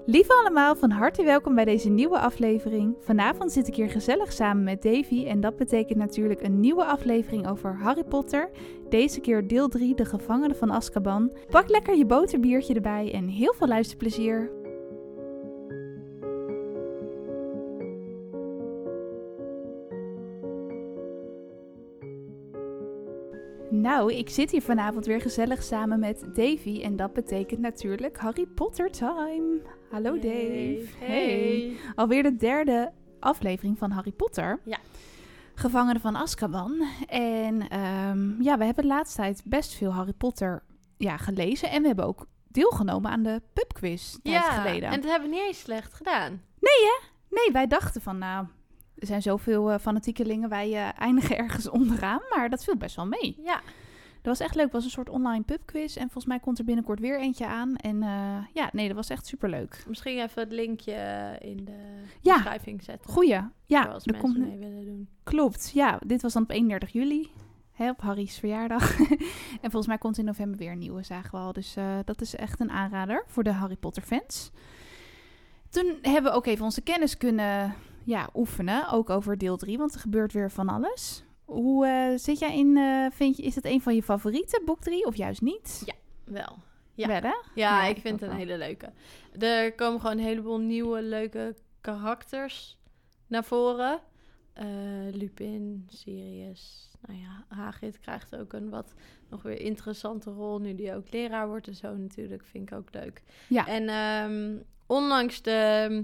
Lieve allemaal, van harte welkom bij deze nieuwe aflevering. Vanavond zit ik hier gezellig samen met Davy en dat betekent natuurlijk een nieuwe aflevering over Harry Potter. Deze keer deel 3, de gevangenen van Azkaban. Pak lekker je boterbiertje erbij en heel veel luisterplezier. Nou, ik zit hier vanavond weer gezellig samen met Davy en dat betekent natuurlijk Harry Potter time. Hallo Dave. Hey. Alweer de derde aflevering van Harry Potter. Ja. Gevangenen van Azkaban. En we hebben de laatste tijd best veel Harry Potter gelezen. En we hebben ook deelgenomen aan de pubquiz tijdens geleden. En dat hebben we niet eens slecht gedaan. Nee, wij dachten van er zijn zoveel fanatiekelingen, wij eindigen ergens onderaan. Maar dat viel best wel mee. Ja. Dat was echt leuk. Het was een soort online pubquiz. En volgens mij komt er binnenkort weer eentje aan. En dat was echt superleuk. Misschien even het linkje in de Ja. beschrijving zetten. Goeie. Ja, Als er mensen komt mee willen doen. Klopt. Ja, dit was dan op 31 juli. Op Harry's verjaardag. En volgens mij komt in november weer een nieuwe, zagen we al. Dus dat is echt een aanrader voor de Harry Potter fans. Toen hebben we ook even onze kennis kunnen oefenen. Ook over deel 3, want er gebeurt weer van alles. Hoe zit jij in, is het een van je favorieten, boek 3, of juist niet? Ja, wel. Ja, Wel, hè? ja, ik vind ook het een wel. hele leuke. Er komen gewoon een heleboel nieuwe leuke karakters naar voren. Lupin, Sirius, Hagrid krijgt ook een wat nog weer interessante rol. Nu die ook leraar wordt en zo natuurlijk, vind ik ook leuk. Ja. En ondanks de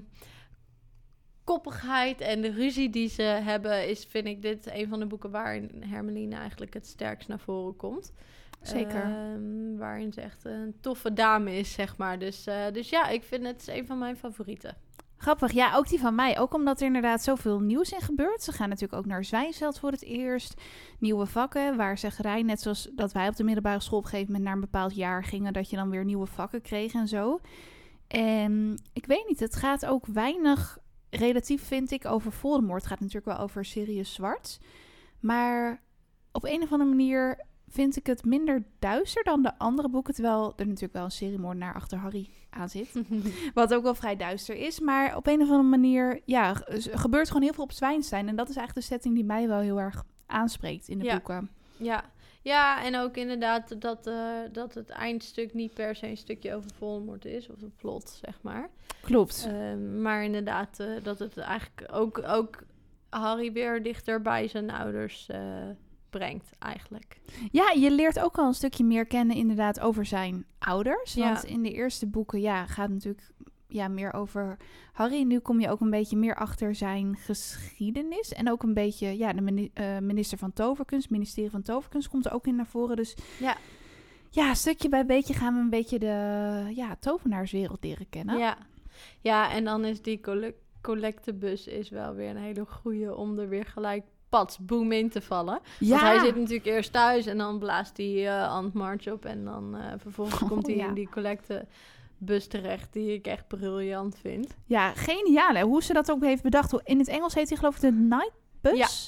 koppigheid en de ruzie die ze hebben, vind ik dit een van de boeken waarin Hermeline eigenlijk het sterkst naar voren komt. Zeker. Waarin ze echt een toffe dame is, zeg maar. Dus ja, ik vind het een van mijn favorieten. Grappig, ja, ook die van mij. Ook omdat er inderdaad zoveel nieuws in gebeurt. Ze gaan natuurlijk ook naar Zwijnveld voor het eerst. Nieuwe vakken, waar zeggerij, net zoals dat wij op de middelbare school op een gegeven moment naar een bepaald jaar gingen, dat je dan weer nieuwe vakken kreeg en zo. En ik weet niet, het gaat ook weinig, relatief vind ik, over Voldemort. Het gaat natuurlijk wel over Sirius Zwart. Maar op een of andere manier vind ik het minder duister dan de andere boeken. Terwijl er natuurlijk wel een seriemoordenaar achter Harry aan zit. Wat ook wel vrij duister is. Maar op een of andere manier, gebeurt gewoon heel veel op Zwijnstein. En dat is eigenlijk de setting die mij wel heel erg aanspreekt in de boeken. Ja, en ook inderdaad dat het eindstuk niet per se een stukje over Voldemort is. Of het plot, zeg maar. Klopt. Maar inderdaad dat het eigenlijk ook Harry weer dichter bij zijn ouders brengt, eigenlijk. Ja, je leert ook al een stukje meer kennen inderdaad over zijn ouders. Ja. Want in de eerste boeken gaat het natuurlijk meer over Harry. Nu kom je ook een beetje meer achter zijn geschiedenis. En ook een beetje, de ministerie van Toverkunst komt er ook in naar voren. Dus stukje bij beetje gaan we een beetje de tovenaarswereld leren kennen. Ja, en dan is die collectebus is wel weer een hele goeie om er weer gelijk boom in te vallen. Ja. Want hij zit natuurlijk eerst thuis en dan blaast hij Aunt March op en dan vervolgens komt hij in die collectebus terecht, die ik echt briljant vind. Ja, geniaal hè? Hoe ze dat ook heeft bedacht. In het Engels heet hij geloof ik de Nightbus.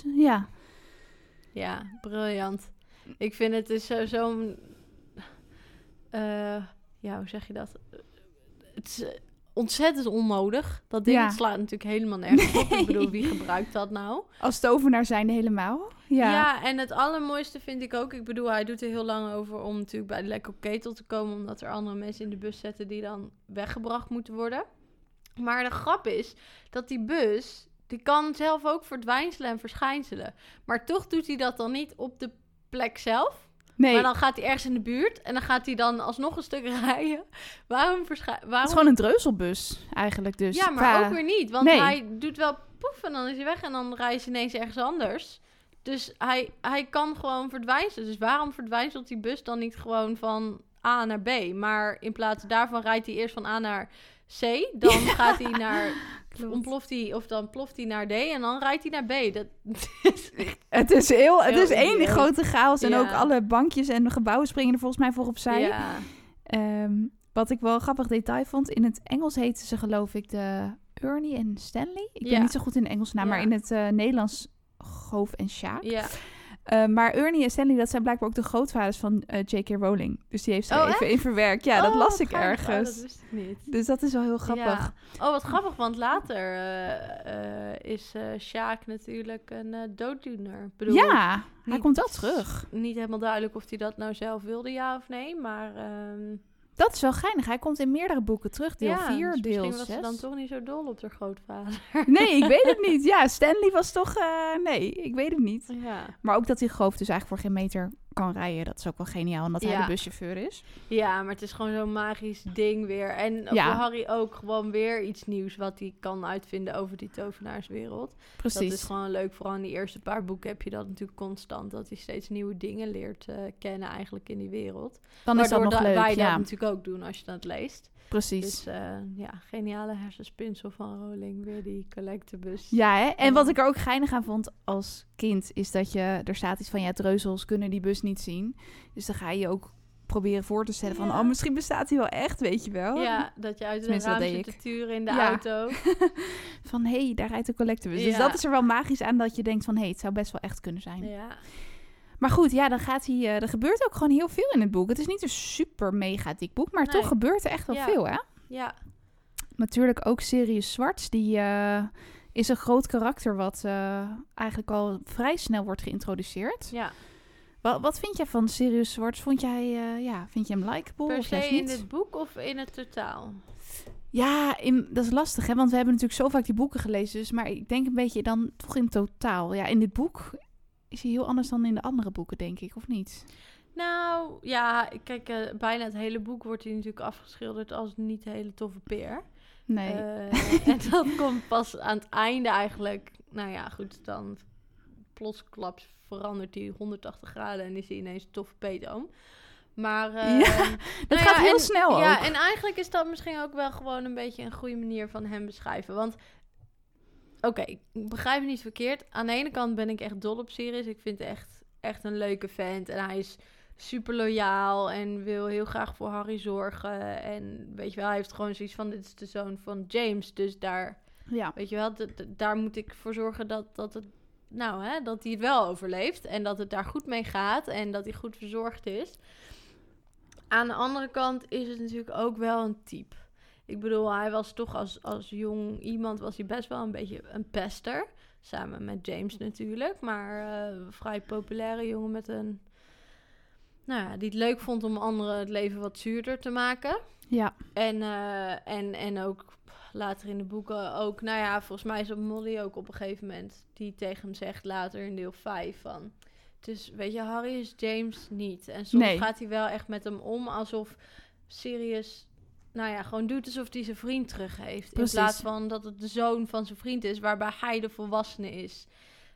Ja, briljant. Ik vind het is zo'n hoe zeg je dat? Het is ontzettend onnodig. Dat ding slaat natuurlijk helemaal nergens op. Ik bedoel, wie gebruikt dat nou? Als tovenaar zijn helemaal. Ja, en het allermooiste vind ik ook. Ik bedoel, hij doet er heel lang over om natuurlijk bij de lekker ketel te komen, omdat er andere mensen in de bus zetten die dan weggebracht moeten worden. Maar de grap is dat die bus, die kan zelf ook verdwijnselen en verschijnselen. Maar toch doet hij dat dan niet op de plek zelf. Nee. Maar dan gaat hij ergens in de buurt en dan gaat hij dan alsnog een stuk rijden. Waarom? Het is gewoon een dreuzelbus eigenlijk dus. Ja, maar ook weer niet. Want Nee. hij doet wel poef en dan is hij weg en dan rijdt hij ineens ergens anders. Dus hij kan gewoon verdwijnselen. Dus waarom verdwijnselt die bus dan niet gewoon van A naar B? Maar in plaats daarvan rijdt hij eerst van A naar C. Dan gaat hij naar... dan ploft hij naar D en dan rijdt hij naar B. Het is één grote chaos. En ook alle bankjes en de gebouwen springen er volgens mij voor opzij. Ja. Wat ik wel een grappig detail vond. In het Engels heten ze geloof ik de Ernie en Stanley. Ik ben niet zo goed in de Engelse naam. Maar in het Nederlands Goof en Sjaak. Ja. Maar Ernie en Stanley, dat zijn blijkbaar ook de grootvaders van J.K. Rowling. Dus die heeft ze Oh, even echt? in verwerkt. Ja, dat las ik geinig. ergens. Dat wist ik niet. Dus dat is wel heel grappig. Ja. Oh, wat grappig, want later is Sjaak natuurlijk een dooddoener. Ik bedoel, Ja, hij niet- komt wel terug. Niet helemaal duidelijk of hij dat nou zelf wilde, ja of nee, maar... Dat is wel geinig. Hij komt in meerdere boeken terug. Deel 4, dus deel misschien 6. was ze dan toch niet zo dol op haar grootvader. Nee, ik weet het niet. Ja, Stanley was toch... nee, ik weet het niet. Ja. Maar ook dat hij Groof dus eigenlijk voor geen meter kan rijden. Dat is ook wel geniaal, omdat hij Ja. de buschauffeur is. Ja, maar het is gewoon zo'n magisch ding weer. En Ja. voor Harry ook gewoon weer iets nieuws wat hij kan uitvinden over die tovenaarswereld. Precies. Dat is gewoon leuk. Vooral in die eerste paar boeken heb je dat natuurlijk constant. Dat hij steeds nieuwe dingen leert kennen eigenlijk in die wereld. Dan is dat nog leuk, wij ja. dat natuurlijk ook doen als je dat leest. Precies. Dus geniale hersenspinsel van Rowling. Weer die collectebus. Ja, hè? En Ja. wat ik er ook geinig aan vond als kind... is dat er staat iets van... ja, dreuzels kunnen die bus niet zien. Dus dan ga je je ook proberen voor te stellen van... Ja. oh, misschien bestaat hij wel echt, weet je wel. Ja, dat je uit een Tenminste, raam dat zit deed te turen in de Ja. auto. Van, hé, daar rijdt de collectebus. Dus Ja. dat is er wel magisch aan dat je denkt van... hé, het zou best wel echt kunnen zijn. Ja. Maar goed, ja, dan gaat hij... er gebeurt ook gewoon heel veel in het boek. Het is niet een super mega dik boek... maar Nee. toch gebeurt er echt wel Ja. veel, hè? Ja. Natuurlijk ook Sirius Zwarts. Die is een groot karakter... wat eigenlijk al vrij snel wordt geïntroduceerd. Ja. Wat vind jij van Sirius Zwarts? Vind je hem likable Per of se juist in niet? het boek of in het totaal? Ja, dat is lastig, hè? Want we hebben natuurlijk zo vaak die boeken gelezen. Dus, maar ik denk een beetje dan toch in totaal. Ja, in dit boek is hij heel anders dan in de andere boeken, denk ik. Of niet? Nou, ja, kijk, bijna het hele boek wordt hij natuurlijk afgeschilderd als niet een hele toffe peer. Nee. En dat komt pas aan het einde eigenlijk. Nou ja, goed, dan plotsklaps verandert hij 180 graden en is hij ineens een toffe peetoom. Maar dat gaat heel snel Ja, ook. en eigenlijk is dat misschien ook wel gewoon een beetje een goede manier van hem beschrijven. Want, oké, ik begrijp me niet verkeerd. Aan de ene kant ben ik echt dol op Sirius. Ik vind het echt een leuke vent. En hij is super loyaal en wil heel graag voor Harry zorgen. En weet je wel, hij heeft gewoon zoiets van, dit is de zoon van James. Dus daar, Ja. weet je wel, daar moet ik voor zorgen dat het, nou hè, dat hij het wel overleeft. En dat het daar goed mee gaat en dat hij goed verzorgd is. Aan de andere kant is het natuurlijk ook wel een type. Ik bedoel, hij was toch als jong iemand was hij best wel een beetje een pester. Samen met James natuurlijk. Maar vrij populaire jongen met een... Nou ja, die het leuk vond om anderen het leven wat zuurder te maken. Ja. En ook later in de boeken ook... Nou ja, volgens mij is dat Molly ook op een gegeven moment... die tegen hem zegt later in deel 5 van... Dus weet je, Harry is James niet. En soms Nee. gaat hij wel echt met hem om alsof Sirius... Nou ja, gewoon doet alsof hij zijn vriend terug heeft. Precies. In plaats van dat het de zoon van zijn vriend is... waarbij hij de volwassene is.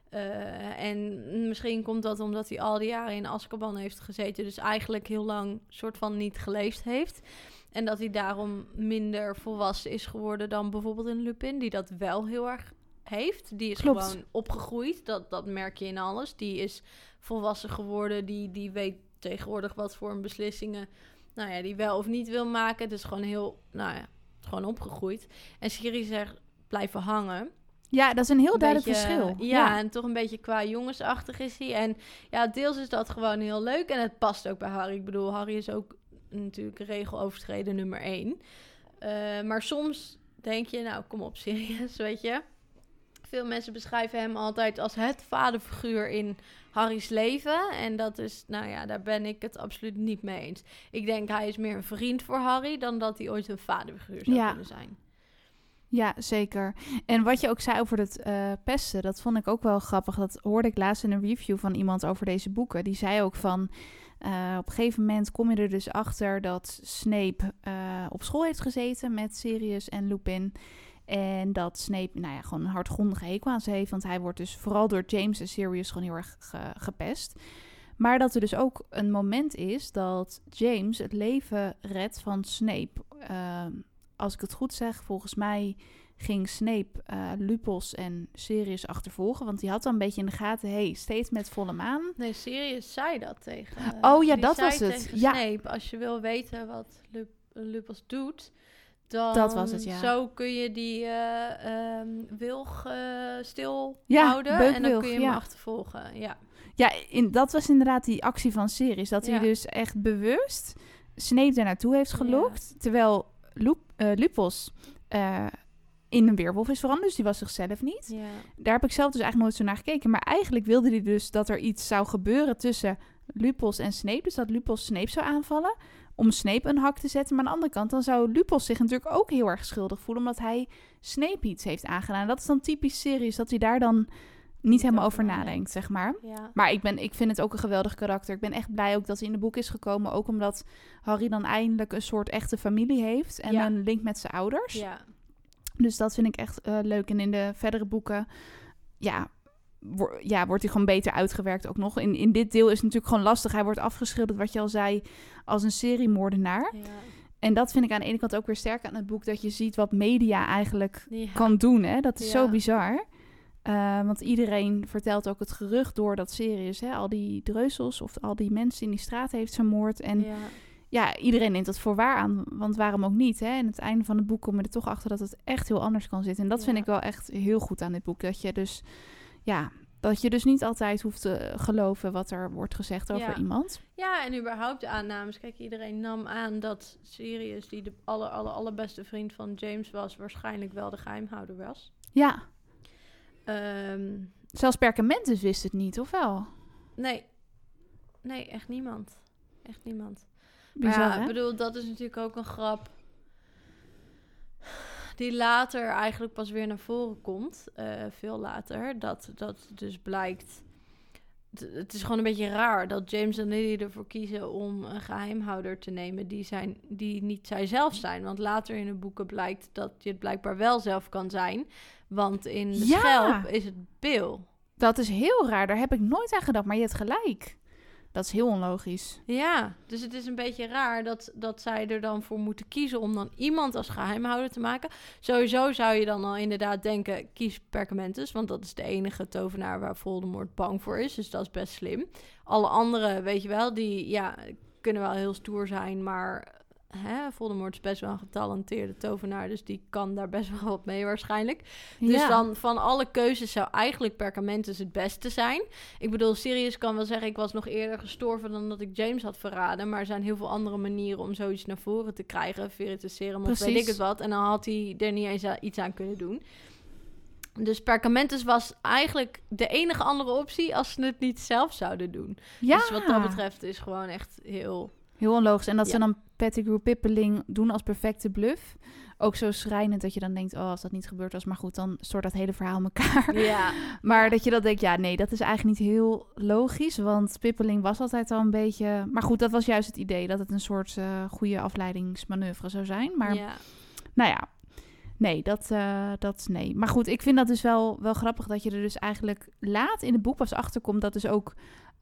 En misschien komt dat omdat hij al die jaren in Azkaban heeft gezeten. Dus eigenlijk heel lang soort van niet geleefd heeft. En dat hij daarom minder volwassen is geworden dan bijvoorbeeld een Lupin. Die dat wel heel erg heeft. Die is Klopt. gewoon opgegroeid. Dat merk je in alles. Die is volwassen geworden. Die weet tegenwoordig wat voor een beslissingen... Nou ja, die wel of niet wil maken. Dus gewoon heel, nou ja, gewoon opgegroeid. En Sirius zegt, blijven hangen. Ja, dat is een heel Een duidelijk beetje, verschil. Ja, en toch een beetje qua jongensachtig is hij. En ja, deels is dat gewoon heel leuk. En het past ook bij Harry. Ik bedoel, Harry is ook natuurlijk regelovertreden nummer 1. Maar soms denk je, nou, kom op, serieus, weet je. Veel mensen beschrijven hem altijd als het vaderfiguur in Harry's leven. En dat is, nou ja, daar ben ik het absoluut niet mee eens. Ik denk, hij is meer een vriend voor Harry dan dat hij ooit een vaderfiguur zou kunnen zijn. Ja, zeker. En wat je ook zei over het pesten, dat vond ik ook wel grappig. Dat hoorde ik laatst in een review van iemand over deze boeken. Die zei ook van, op een gegeven moment kom je er dus achter dat Snape op school heeft gezeten met Sirius en Lupin. En dat Snape, nou ja, gewoon een hardgrondige hekel aan ze heeft. Want hij wordt dus vooral door James en Sirius gewoon heel erg gepest. Maar dat er dus ook een moment is dat James het leven redt van Snape. Als ik het goed zeg, volgens mij ging Snape Lupus en Sirius achtervolgen. Want die had dan een beetje in de gaten, hey, steeds met volle maan. Nee, Sirius zei dat tegen... Oh ja, die dat zei was het. tegen Ja. Snape, als je wil weten wat Lupus doet... Dan Dat was het, ja. Zo kun je die wilg stil Ja, houden en dan beukbilg, kun je hem ja. achtervolgen. Ja. Ja, dat was inderdaad die actie van Sirius. Dat hij Ja. dus echt bewust Snape daar naartoe heeft gelokt. Terwijl Lupus in een weerwolf is veranderd. Dus die was zichzelf niet. Ja. Daar heb ik zelf dus eigenlijk nooit zo naar gekeken. Maar eigenlijk wilde hij dus dat er iets zou gebeuren tussen Lupus en Snape. Dus dat Lupus Snape zou aanvallen. Om Snape een hak te zetten. Maar aan de andere kant, dan zou Lupus zich natuurlijk ook heel erg schuldig voelen. Omdat hij Snape iets heeft aangedaan. Dat is dan typisch Sirius. Dat hij daar dan niet helemaal over nadenkt, zeg maar. Ja. Maar ik vind het ook een geweldig karakter. Ik ben echt blij ook dat hij in de boek is gekomen. Ook omdat Harry dan eindelijk een soort echte familie heeft. En Ja. een link met zijn ouders. Ja. Dus dat vind ik echt leuk. En in de verdere boeken, wordt hij gewoon beter uitgewerkt ook nog. In dit deel is het natuurlijk gewoon lastig. Hij wordt afgeschilderd, wat je al zei, als een seriemoordenaar. Ja. En dat vind ik aan de ene kant ook weer sterk aan het boek. Dat je ziet wat media eigenlijk Ja. kan doen. Hè? Dat is Ja. zo bizar. Want iedereen vertelt ook het gerucht door dat Sirius, al die dreuzels of al die mensen in die straat heeft vermoord. En Ja. iedereen neemt dat voor waar aan, want waarom ook niet? Hè? En het einde van het boek kom je er toch achter dat het echt heel anders kan zitten. En dat vind ik wel echt heel goed aan dit boek. Dat je dus niet altijd hoeft te geloven wat er wordt gezegd over iemand. Ja, en überhaupt de aannames. Kijk, iedereen nam aan dat Sirius, die de allerbeste vriend van James was, waarschijnlijk wel de geheimhouder was. Ja, Ehm, zelfs Perkamentus wist het niet, of wel? nee. Nee, echt niemand. Echt niemand. Bizar, Maar ja, hè? ik bedoel, dat is natuurlijk ook een grap die later eigenlijk pas weer naar voren komt. Veel later. Dat dus blijkt. Het is gewoon een beetje raar dat James en Lily ervoor kiezen om een geheimhouder te nemen die niet zijzelf zijn. Want later in de boeken blijkt dat je het blijkbaar wel zelf kan zijn. Want in de schelp is het Bill. Dat is heel raar, daar heb ik nooit aan gedacht, maar je hebt gelijk. Dat is heel onlogisch. Ja, dus het is een beetje raar dat zij er dan voor moeten kiezen om dan iemand als geheimhouder te maken. Sowieso zou je dan al inderdaad denken, kies Perkamentus, want dat is de enige tovenaar waar Voldemort bang voor is. Dus dat is best slim. Alle anderen, weet je wel, die kunnen wel heel stoer zijn, maar Voldemort is best wel een getalenteerde tovenaar, dus die kan daar best wel wat mee waarschijnlijk. Dus dan van alle keuzes zou eigenlijk Perkamentus het beste zijn. Ik bedoel, Sirius kan wel zeggen, ik was nog eerder gestorven dan dat ik James had verraden, maar er zijn heel veel andere manieren om zoiets naar voren te krijgen, Veritas Serum of weet ik het wat, en dan had hij er niet eens iets aan kunnen doen. Dus Perkamentus was eigenlijk de enige andere optie als ze het niet zelf zouden doen. Ja. Dus wat dat betreft is gewoon echt heel onlogisch. En dat ze dan Pettigrew Pippeling doen als perfecte bluff. Ook zo schrijnend dat je dan denkt, als dat niet gebeurd was. Maar goed, dan stort dat hele verhaal in elkaar. Ja. Maar dat je dan denkt, nee, dat is eigenlijk niet heel logisch. Want Pippeling was altijd al een beetje... Maar goed, dat was juist het idee. Dat het een soort goede afleidingsmanoeuvre zou zijn. Maar nou ja, nee, nee. Maar goed, ik vind dat dus wel grappig dat je er dus eigenlijk laat in het boek pas achterkomt. Dat dus ook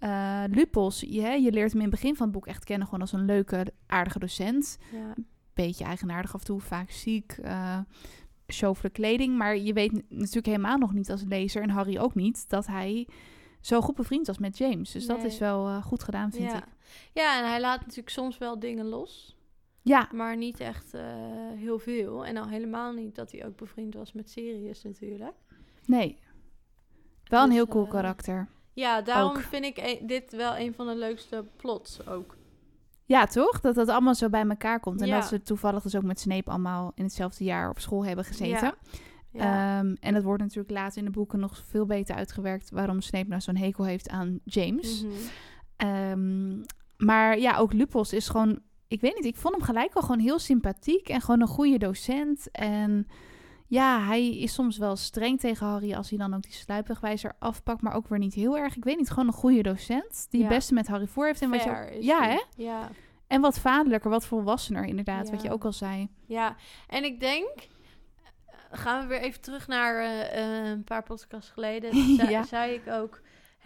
Lupus, je leert hem in het begin van het boek echt kennen gewoon als een leuke, aardige docent. Ja. Beetje eigenaardig af en toe, vaak ziek, sjovele kleding. Maar je weet natuurlijk helemaal nog niet als lezer, en Harry ook niet, dat hij zo goed bevriend was met James. Dus dat is wel goed gedaan, vind ik. Ja, en hij laat natuurlijk soms wel dingen los. Ja. Maar niet echt heel veel. En al helemaal niet dat hij ook bevriend was met Sirius natuurlijk. Nee. Wel een Dus, heel cool karakter. Ja, daarom ook. vind ik dit wel een van de leukste plots ook. Ja, toch? Dat dat allemaal zo bij elkaar komt. En Ja. dat ze toevallig dus ook met Snape allemaal in hetzelfde jaar op school hebben gezeten. Ja. En het wordt natuurlijk later in de boeken nog veel beter uitgewerkt waarom Snape nou zo'n hekel heeft aan James. Mhm. Maar ja, ook Lupus is gewoon... Ik weet niet, ik vond hem gelijk al gewoon heel sympathiek en gewoon een goede docent. En ja, hij is soms wel streng tegen Harry als hij dan ook die sluipwegwijzer afpakt, maar ook weer niet heel erg. Ik weet niet, gewoon een goede docent die het beste met Harry voor heeft. En wat je ook, hè? Ja. En wat vaderlijker, wat volwassener inderdaad, wat je ook al zei. Ja, en ik denk, gaan we weer even terug naar een paar podcasts geleden. Zei ik ook,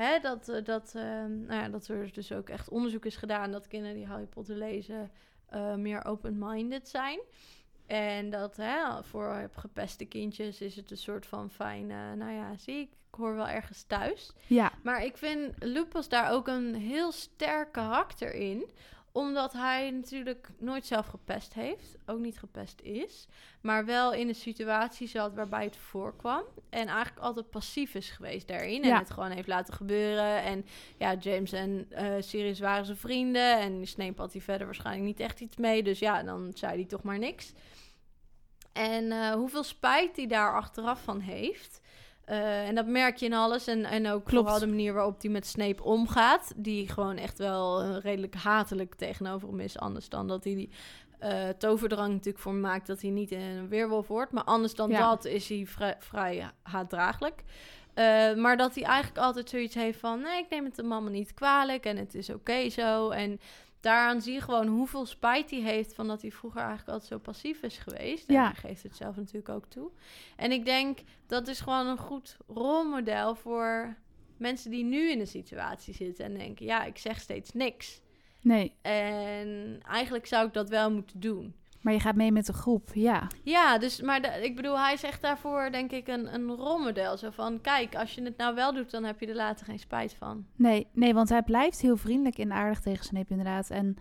dat er dus ook echt onderzoek is gedaan dat kinderen die Harry Potter lezen meer open-minded zijn. En dat voor gepeste kindjes is het een soort van fijn, ik hoor wel ergens thuis. Ja. Maar ik vind Lupus daar ook een heel sterk karakter in. Omdat hij natuurlijk nooit zelf gepest heeft. Ook niet gepest is. Maar wel in een situatie zat waarbij het voorkwam. En eigenlijk altijd passief is geweest daarin. En het gewoon heeft laten gebeuren. En ja, James en Sirius waren zijn vrienden. En Snape had hij verder waarschijnlijk niet echt iets mee. Dus ja, dan zei hij toch maar niks. En hoeveel spijt hij daar achteraf van heeft. En dat merk je in alles. En ook vooral de manier waarop hij met Snape omgaat. Die gewoon echt wel redelijk hatelijk tegenover hem is. Anders dan dat hij die toverdrang natuurlijk voor hem maakt. Dat hij niet in een weerwolf wordt. Maar anders dan dat is hij vrij haatdragelijk. Maar dat hij eigenlijk altijd zoiets heeft van... nee, ik neem het de mama niet kwalijk. En het is oké zo. En daaraan zie je gewoon hoeveel spijt hij heeft... van dat hij vroeger eigenlijk altijd zo passief is geweest. En hij geeft het zelf natuurlijk ook toe. En ik denk, dat is gewoon een goed rolmodel... voor mensen die nu in een situatie zitten... en denken, ja, ik zeg steeds niks. Nee. En eigenlijk zou ik dat wel moeten doen. Maar je gaat mee met de groep, ja. Ja, dus, maar ik bedoel, hij is echt daarvoor, denk ik, een rolmodel. Zo van, kijk, als je het nou wel doet, dan heb je er later geen spijt van. Nee, want hij blijft heel vriendelijk en aardig tegen Snape inderdaad. En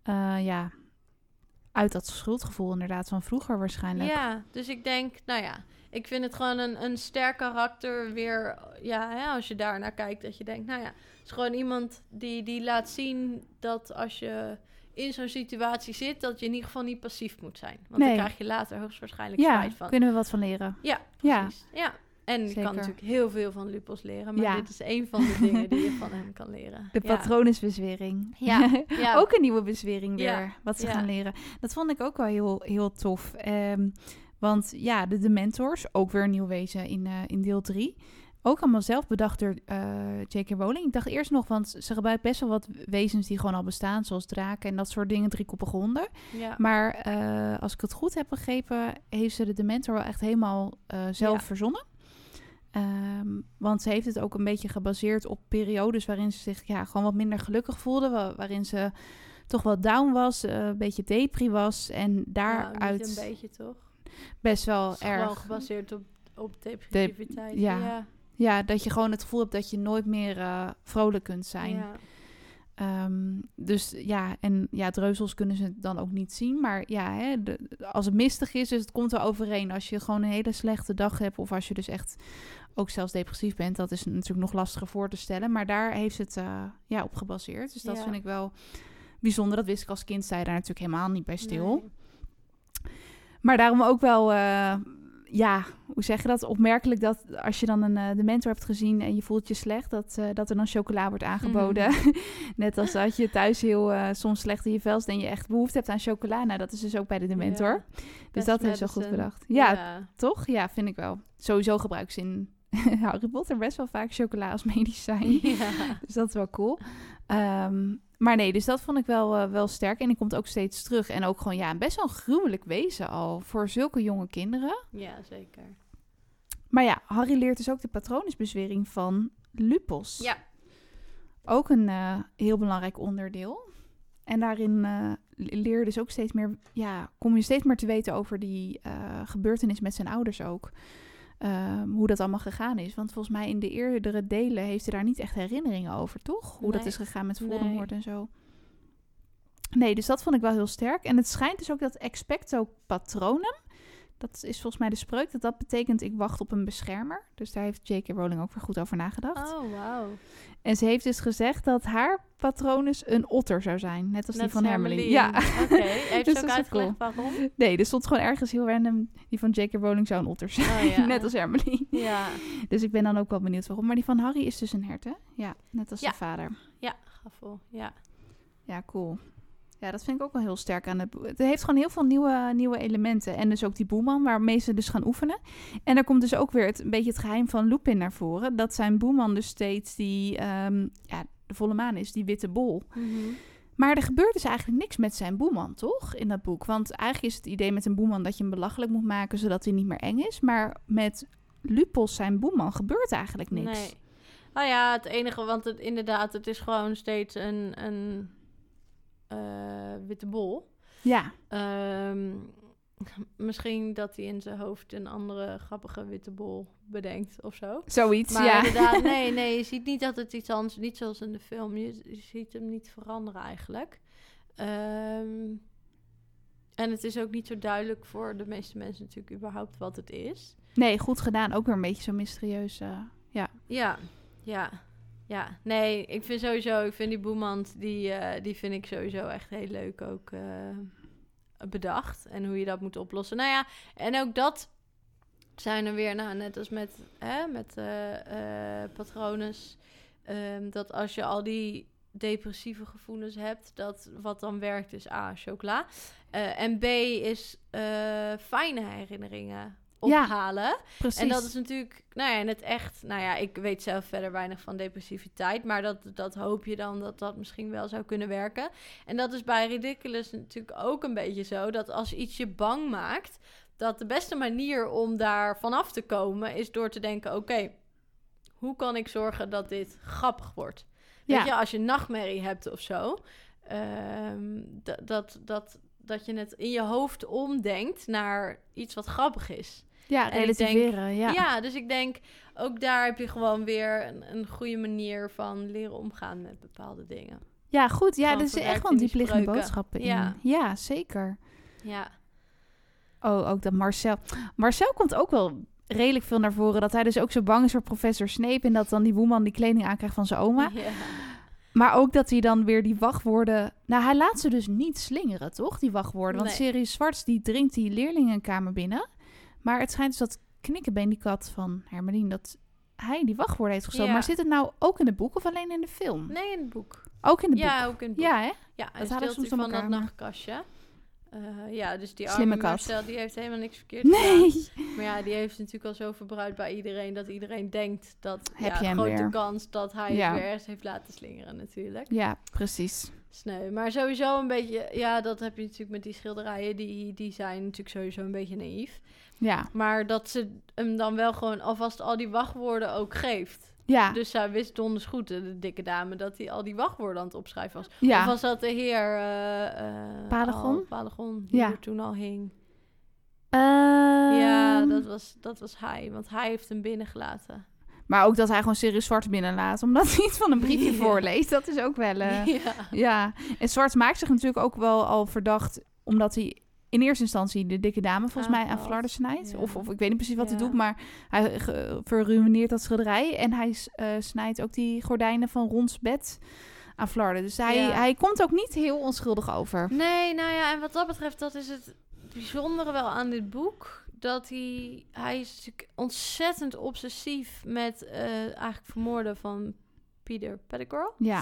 uit dat schuldgevoel inderdaad van vroeger waarschijnlijk. Ja, dus ik denk, nou ja, ik vind het gewoon een sterk karakter weer. Ja, als je daar naar kijkt, dat je denkt, nou ja, het is gewoon iemand die laat zien dat als je in zo'n situatie zit, dat je in ieder geval niet passief moet zijn. Want dan krijg je later hoogstwaarschijnlijk spijt van. Ja, kunnen we wat van leren. Ja, precies. Ja. En je kan natuurlijk heel veel van Lupus leren. Maar dit is een van de dingen die je van hem kan leren. De patronesbezwering. Ja. Ook een nieuwe bezwering weer, wat ze gaan leren. Dat vond ik ook wel heel, heel tof. Want ja, de Dementors, ook weer een nieuw wezen in deel 3... Ook allemaal zelf bedacht door J.K. Rowling. Ik dacht eerst nog, want ze gebruikt best wel wat wezens die gewoon al bestaan, zoals draken en dat soort dingen, driekoppige honden. Ja. Maar als ik het goed heb begrepen, heeft ze de Dementor wel echt helemaal zelf verzonnen. Want ze heeft het ook een beetje gebaseerd op periodes waarin ze zich gewoon wat minder gelukkig voelde, waarin ze toch wel down was, een beetje depri was en daaruit... niet een beetje, toch? Best wel erg. Gewoon gebaseerd op depressiviteit. Ja, dat je gewoon het gevoel hebt dat je nooit meer vrolijk kunt zijn. Ja. Dus ja, en ja, dreuzels kunnen ze dan ook niet zien. Maar ja, als het mistig is, dus het komt er overeen. Als je gewoon een hele slechte dag hebt of als je dus echt ook zelfs depressief bent, dat is natuurlijk nog lastiger voor te stellen. Maar daar heeft ze het op gebaseerd. Dus dat vind ik wel bijzonder. Dat wist ik als kind, sta je daar natuurlijk helemaal niet bij stil. Nee. Maar daarom ook wel... hoe zeg je dat? Opmerkelijk dat als je dan een Dementor hebt gezien en je voelt je slecht, dat er dan chocola wordt aangeboden. Net als dat je thuis heel soms slecht in je vel zit en je echt behoefte hebt aan chocola. Nou, dat is dus ook bij de Dementor. Dus dat is zo goed bedacht. Ja, toch? Ja, vind ik wel. Sowieso gebruiken ze in Harry Potter best wel vaak chocola als medicijn. Ja. Dus dat is wel cool. Maar nee, dus dat vond ik wel sterk. En die komt ook steeds terug. En ook gewoon, best wel een gruwelijk wezen al voor zulke jonge kinderen. Ja, zeker. Maar ja, Harry leert dus ook de patronesbezwering van Lupus. Ja. Ook een heel belangrijk onderdeel. En daarin leer je dus ook steeds meer... Ja, kom je steeds meer te weten over die gebeurtenis met zijn ouders ook. Hoe dat allemaal gegaan is. Want volgens mij in de eerdere delen heeft hij daar niet echt herinneringen over, toch? Hoe dat is gegaan met Voldemort en zo. Nee, dus dat vond ik wel heel sterk. En het schijnt dus ook dat expecto patronum, dat is volgens mij de spreuk, dat betekent ik wacht op een beschermer. Dus daar heeft J.K. Rowling ook weer goed over nagedacht. Oh, wauw. En ze heeft dus gezegd dat haar patronus een otter zou zijn. Net als die van Hermeline. Ja. Oké, heeft dus ze ook uitgelegd waarom? Nee, er stond gewoon ergens heel random, die van J.K. Rowling zou een otter zijn. Oh, ja. Net als Hermeline. Ja. Dus ik ben dan ook wel benieuwd waarom. Maar die van Harry is dus een hert, hè? Ja, net als zijn vader. Ja, gaffel. Ja. Ja, cool. Ja, dat vind ik ook wel heel sterk aan het boek. Het heeft gewoon heel veel nieuwe elementen. En dus ook die boeman, waarmee ze dus gaan oefenen. En daar komt dus ook weer een beetje het geheim van Lupin naar voren. Dat zijn boeman dus steeds die, de volle maan is, die witte bol. Mm-hmm. Maar er gebeurt dus eigenlijk niks met zijn boeman, toch? In dat boek. Want eigenlijk is het idee met een boeman dat je hem belachelijk moet maken, zodat hij niet meer eng is. Maar met Lupus, zijn boeman, gebeurt eigenlijk niks. Nee. Nou ja, het enige, want het is gewoon steeds een witte bol. Ja. Misschien dat hij in zijn hoofd een andere grappige witte bol bedenkt of zo. Zoiets, maar ja. Inderdaad, nee, je ziet niet dat het iets anders, niet zoals in de film. Je ziet hem niet veranderen eigenlijk. En het is ook niet zo duidelijk voor de meeste mensen natuurlijk überhaupt wat het is. Nee, goed gedaan. Ook weer een beetje zo mysterieus. Ja. Nee, ik vind die Boemand, die vind ik sowieso echt heel leuk ook bedacht. En hoe je dat moet oplossen. Nou ja, en ook dat zijn er weer, net als met Patronus, dat als je al die depressieve gevoelens hebt, dat wat dan werkt is A, chocola. En B is fijne herinneringen ophalen. Precies. En dat is natuurlijk, in het echt, ik weet zelf verder weinig van depressiviteit, maar dat hoop je dan dat misschien wel zou kunnen werken. En dat is bij Ridiculous natuurlijk ook een beetje zo, dat als iets je bang maakt, dat de beste manier om daar vanaf te komen is door te denken, oké, hoe kan ik zorgen dat dit grappig wordt? Weet je, als je nachtmerrie hebt of zo, dat je het in je hoofd omdenkt naar iets wat grappig is. Ja, relativeren, Ja, dus ik denk, ook daar heb je gewoon weer een goede manier van leren omgaan met bepaalde dingen. Ja, goed. Ja, Gewoon er zit echt wel diepliggende spreuken. boodschappen in. Ja, zeker. Ja. Oh, ook dat Marcel. Marcel komt ook wel redelijk veel naar voren. Dat hij dus ook zo bang is voor professor Snape. En dat dan die Boeman die kleding aankrijgt van zijn oma. Ja. Maar ook dat hij dan weer die wachtwoorden... Nou, hij laat ze dus niet slingeren, toch? Die wachtwoorden. Want Sirius Zwarts, die dringt die leerlingenkamer binnen. Maar het schijnt dus dat Knikkebeen, die kat van Hermelien, dat hij die wachtwoorden heeft gestolen. Ja. Maar zit het nou ook in het boek of alleen in de film? Nee, in het boek. Ook in het boek? Ja, ook in het boek. Ja, hè? Ja, hij Dat halen steelt soms hij van van dat elkaar, nachtkastje. Dus die Slimme arme kat. Marcel, die heeft helemaal niks verkeerd Nee. gedaan. Maar ja, die heeft natuurlijk al zo verbruikt bij iedereen, dat iedereen denkt dat, Heb je hem grote weer. kans dat hij het weer ergens heeft laten slingeren natuurlijk. Ja, precies. Sneu. Maar sowieso een beetje, dat heb je natuurlijk met die schilderijen, die zijn natuurlijk sowieso een beetje naïef. Ja. Maar dat ze hem dan wel gewoon alvast al die wachtwoorden ook geeft. Ja. Dus zij wist donders goed, de dikke dame, dat hij al die wachtwoorden aan het opschrijven was. Ja. Of was dat de heer... Palagon? Palagon, die er toen al hing. Ja, Ja, dat was hij, want hij heeft hem binnengelaten. Maar ook dat hij gewoon Sirius Zwart binnenlaat, omdat hij iets van een briefje voorleest. Dat is ook wel... Ja. En Zwart maakt zich natuurlijk ook wel al verdacht, omdat hij in eerste instantie de dikke dame volgens mij aan Flarden snijdt. Ja. Of ik weet niet precies wat hij doet, maar hij verruineert dat schilderij. En hij snijdt ook die gordijnen van Rons bed aan Flarden. Dus hij komt ook niet heel onschuldig over. Nee, en wat dat betreft, dat is het bijzondere wel aan dit boek. Dat hij is natuurlijk ontzettend obsessief met eigenlijk vermoorden van Peter Pettigrew. Ja.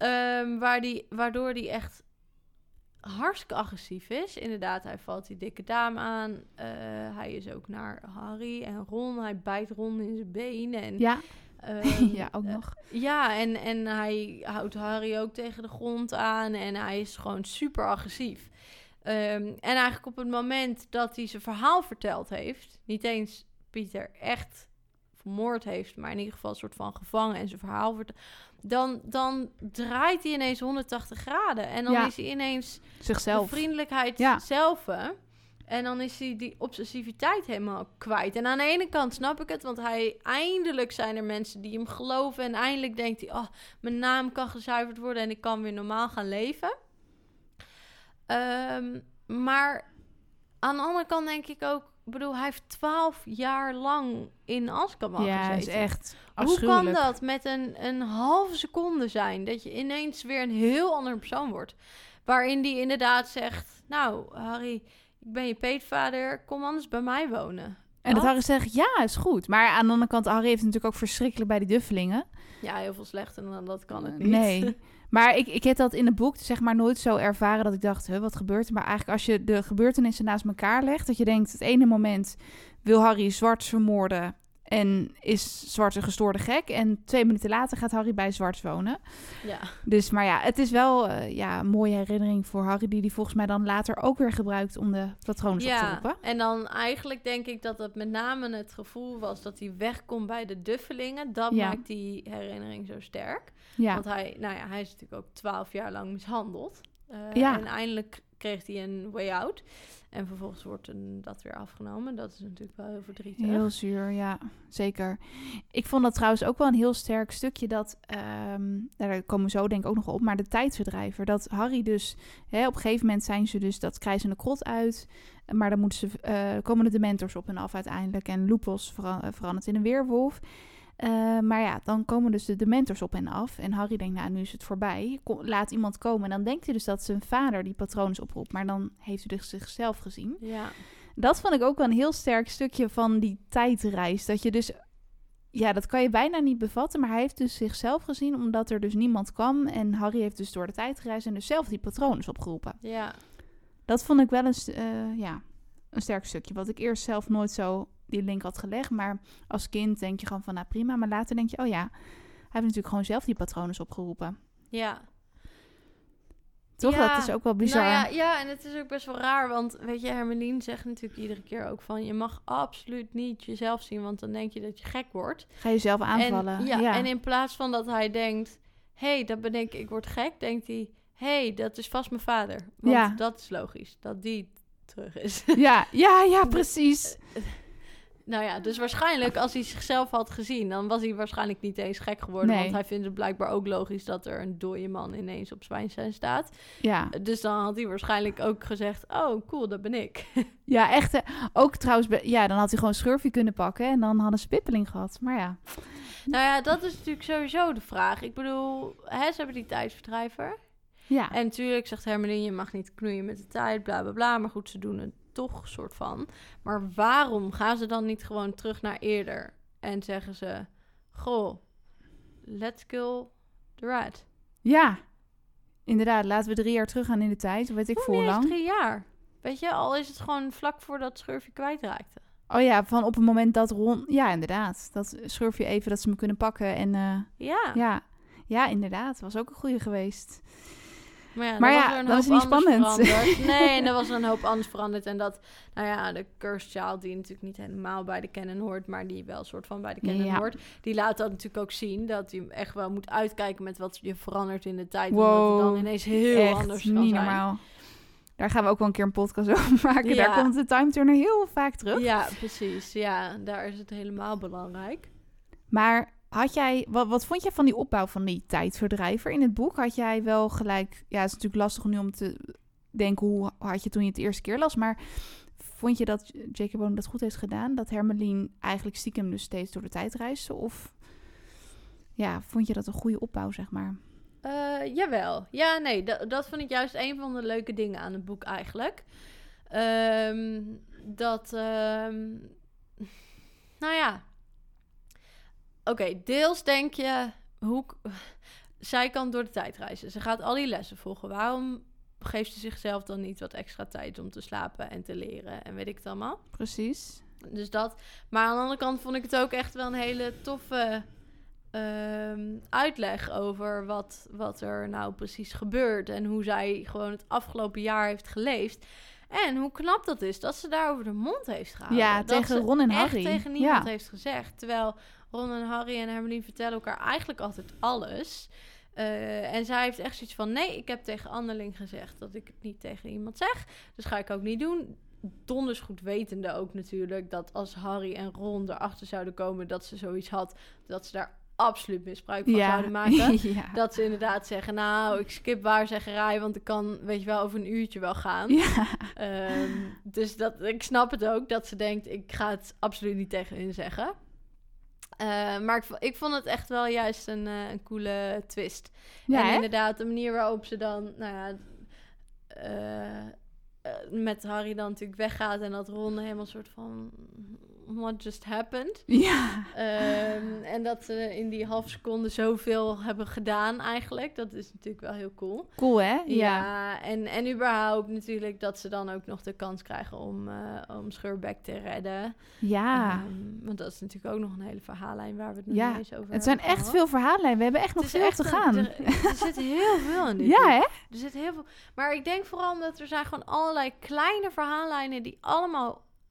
Waardoor hij echt hartstikke agressief is. Inderdaad, hij valt die dikke dame aan. Hij is ook naar Harry en Ron. Hij bijt Ron in zijn benen. En, ja, ook nog. En hij houdt Harry ook tegen de grond aan. En hij is gewoon super agressief. En eigenlijk op het moment dat hij zijn verhaal verteld heeft, niet eens Pieter echt vermoord heeft, maar in ieder geval een soort van gevangen en zijn verhaal vertelt, dan draait hij ineens 180 graden. En dan is hij ineens zichzelf. De vriendelijkheid zelf. En dan is hij die obsessiviteit helemaal kwijt. En aan de ene kant snap ik het, want eindelijk zijn er mensen die hem geloven. En eindelijk denkt hij, mijn naam kan gezuiverd worden en ik kan weer normaal gaan leven. Maar aan de andere kant denk ik ook, hij heeft 12 jaar lang in Azkaban gezeten. Ja, is echt afschuwelijk. Hoe kan dat met een halve seconde zijn, dat je ineens weer een heel andere persoon wordt? Waarin die inderdaad zegt, nou, Harry, ik ben je peetvader, kom anders bij mij wonen. En dat Harry zegt, ja, is goed. Maar aan de andere kant, Harry heeft natuurlijk ook verschrikkelijk bij die duffelingen. Ja, heel veel slechter dan dat kan het niet. Nee. Maar ik heb dat in het boek zeg maar nooit zo ervaren dat ik dacht, wat gebeurt er? Maar eigenlijk als je de gebeurtenissen naast elkaar legt, dat je denkt, het ene moment wil Harry Zwarts vermoorden en is Zwart een gestoorde gek. En 2 minuten later gaat Harry bij Zwarts wonen. Ja. Dus, maar ja, het is wel een mooie herinnering voor Harry, die volgens mij dan later ook weer gebruikt om de patronen op te roepen. En dan eigenlijk denk ik dat het met name het gevoel was dat hij wegkomt bij de duffelingen. Dat maakt die herinnering zo sterk. Ja. Want hij is natuurlijk ook 12 jaar lang mishandeld. En eindelijk kreeg hij een way out. En vervolgens wordt dat weer afgenomen. Dat is natuurlijk wel heel verdrietig. Heel zuur, ja. Zeker. Ik vond dat trouwens ook wel een heel sterk stukje dat... daar komen we zo denk ik ook nog op. Maar de tijdverdrijver. Dat Harry dus... op een gegeven moment zijn ze dus dat krijzende krot uit. Maar dan moeten ze, komen de dementors op en af uiteindelijk. En Lupus verandert in een weerwolf. Maar ja, dan komen dus de dementors op en af. En Harry denkt, nou, nu is het voorbij. Laat iemand komen. En dan denkt hij dus dat zijn vader die Patronus oproept. Maar dan heeft hij dus zichzelf gezien. Ja. Dat vond ik ook wel een heel sterk stukje van die tijdreis. Dat je dus... Ja, dat kan je bijna niet bevatten. Maar hij heeft dus zichzelf gezien omdat er dus niemand kwam. En Harry heeft dus door de tijd gereisd en dus zelf die Patronus opgeroepen. Ja. Dat vond ik wel een sterk stukje. Wat ik eerst zelf nooit zo die link had gelegd. Maar als kind denk je gewoon van, nou prima. Maar later denk je, oh ja, hij heeft natuurlijk gewoon zelf die Patronus opgeroepen. Ja. Toch? Ja, dat is ook wel bizar. Nou ja, en het is ook best wel raar. Want weet je, Hermeline zegt natuurlijk iedere keer ook van... je mag absoluut niet jezelf zien, want dan denk je dat je gek wordt. Ga je jezelf aanvallen. En in plaats van dat hij denkt... hé, dat ben ik word gek, denkt hij... hé, dat is vast mijn vader. Want dat is logisch, dat die terug is. Ja, precies. Nou ja, dus waarschijnlijk als hij zichzelf had gezien... dan was hij waarschijnlijk niet eens gek geworden. Nee. Want hij vindt het blijkbaar ook logisch... dat er een dode man ineens op Zwijnstein staat. Ja. Dus dan had hij waarschijnlijk ook gezegd... oh, cool, dat ben ik. Ja, echt. Ook trouwens... Ja, dan had hij gewoon Schurfie kunnen pakken... en dan hadden ze Pippeling gehad. Maar ja. Nou ja, dat is natuurlijk sowieso de vraag. Ik bedoel, ze hebben die tijdverdrijver. Ja. En natuurlijk zegt Hermeline... je mag niet knoeien met de tijd, bla, bla, bla. Maar goed, ze doen het toch soort van. Maar waarom gaan ze dan niet gewoon terug naar eerder? En zeggen ze... goh, let's kill the rat. Ja, inderdaad. Laten we 3 jaar teruggaan in de tijd. Weet ik voor lang. 3 jaar. Weet je, al is het gewoon vlak voordat Schurfje kwijtraakte. Oh ja, van op het moment dat Ron... Ja, inderdaad. Dat Schurfje even dat ze me kunnen pakken. En ja, inderdaad. Was ook een goeie geweest. Maar ja, dat is niet spannend. Nee, en er was er een hoop anders veranderd. En dat, nou ja, de Cursed Child, die natuurlijk niet helemaal bij de canon hoort, maar die wel een soort van bij de canon hoort, die laat dat natuurlijk ook zien, dat je echt wel moet uitkijken met wat je verandert in de tijd. Wow, omdat het dan ineens heel anders kan niet zijn. Normaal. Daar gaan we ook wel een keer een podcast over maken. Ja. Daar komt de Time Turner heel vaak terug. Ja, precies. Ja, daar is het helemaal belangrijk. Maar... Had jij, wat vond jij van die opbouw van die tijdverdrijver in het boek? Had jij wel gelijk... Ja, het is natuurlijk lastig nu om te denken hoe had je toen je het de eerste keer las. Maar vond je dat J.K. Rowling dat goed heeft gedaan? Dat Hermeline eigenlijk stiekem dus steeds door de tijd reisde? Of ja, vond je dat een goede opbouw, zeg maar? Jawel. Ja, nee, dat vond ik juist een van de leuke dingen aan het boek eigenlijk. Nou ja... Oké, deels denk je, zij kan door de tijd reizen. Ze gaat al die lessen volgen. Waarom geeft ze zichzelf dan niet wat extra tijd om te slapen en te leren? En weet ik het allemaal? Precies. Dus dat. Maar aan de andere kant vond ik het ook echt wel een hele toffe uitleg over wat er nou precies gebeurt. En hoe zij gewoon het afgelopen jaar heeft geleefd. En hoe knap dat is dat ze daar over de mond heeft gehouden. Ja, dat tegen Ron en Harry. Echt tegen niemand heeft gezegd. Terwijl Ron en Harry en Hermeline vertellen elkaar eigenlijk altijd alles. En zij heeft echt zoiets van... nee, ik heb tegen Annelien gezegd dat ik het niet tegen iemand zeg. Dus ga ik ook niet doen. Donders goed wetende ook natuurlijk... dat als Harry en Ron erachter zouden komen dat ze zoiets had... dat ze daar absoluut misbruik van zouden maken. Ja. Dat ze inderdaad zeggen... nou, ik skip waarzeggerij... want ik kan, weet je wel, over een uurtje wel gaan. Ja. Dus ik snap het ook dat ze denkt... ik ga het absoluut niet tegen hun zeggen... maar ik vond het echt wel juist een coole twist. Ja, en inderdaad, de manier waarop ze dan... met Harry dan natuurlijk weggaat... en dat Ron helemaal soort van... what just happened? Ja. En dat ze in die half seconde zoveel hebben gedaan eigenlijk. Dat is natuurlijk wel heel cool. Cool, hè? Ja. En überhaupt natuurlijk dat ze dan ook nog de kans krijgen om Schuurbeck te redden. Ja. Want dat is natuurlijk ook nog een hele verhaallijn waar we het nog niet eens over hebben. Het zijn echt veel verhaallijnen. We hebben echt nog veel te gaan. Er zit heel veel in dit boek. Hè? Er zit heel veel. Maar ik denk vooral omdat er zijn gewoon allerlei kleine verhaallijnen die allemaal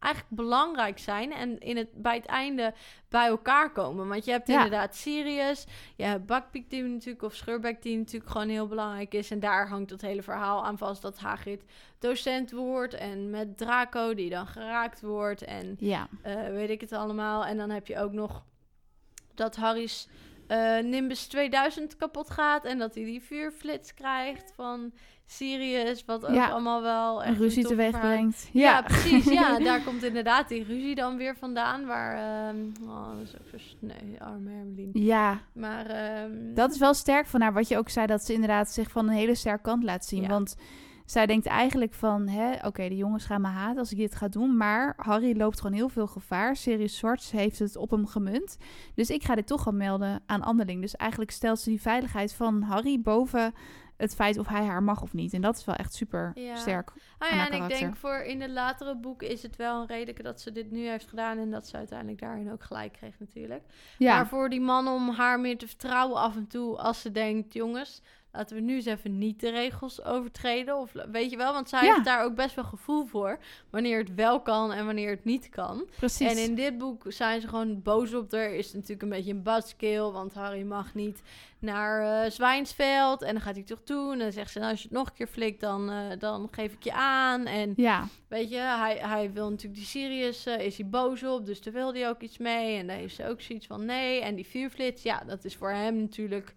eigenlijk belangrijk zijn en bij het einde bij elkaar komen. Want je hebt inderdaad Sirius, je hebt Buckbeak die natuurlijk, of Scheurbeek die natuurlijk gewoon heel belangrijk is. En daar hangt het hele verhaal aan vast dat Hagrid docent wordt en met Draco die dan geraakt wordt en weet ik het allemaal. En dan heb je ook nog dat Harry's Nimbus 2000 kapot gaat en dat hij die vuurflits krijgt van Sirius, wat ook allemaal wel echt een ruzie teweeg brengt. Ja, precies. Ja, daar komt inderdaad die ruzie dan weer vandaan, waar dat is ook zo arme Hermeline. Ja, maar dat is wel sterk van haar, wat je ook zei, dat ze inderdaad zich van een hele sterke kant laat zien, want zij denkt eigenlijk van, oké, de jongens gaan me haten als ik dit ga doen. Maar Harry loopt gewoon heel veel gevaar. Sirius Zwarts heeft het op hem gemunt. Dus ik ga dit toch gaan melden aan Anderling. Dus eigenlijk stelt ze die veiligheid van Harry boven het feit of hij haar mag of niet. En dat is wel echt super sterk. En ik denk voor in de latere boeken is het wel een reden dat ze dit nu heeft gedaan. En dat ze uiteindelijk daarin ook gelijk kreeg natuurlijk. Ja. Maar voor die man om haar meer te vertrouwen af en toe als ze denkt, jongens, laten we nu eens even niet de regels overtreden. Of weet je wel, want zij heeft daar ook best wel gevoel voor. Wanneer het wel kan en wanneer het niet kan. Precies. En in dit boek zijn ze gewoon boos op haar. Is het natuurlijk een beetje een buzzkill. Want Harry mag niet naar Zwijnsveld. En dan gaat hij toch doen. En dan zegt ze, nou, als je het nog een keer flikt, dan geef ik je aan. En weet je, hij wil natuurlijk die Sirius, is hij boos op. Dus daar wil hij ook iets mee. En daar heeft ze ook zoiets van nee. En die vuurflits, dat is voor hem natuurlijk...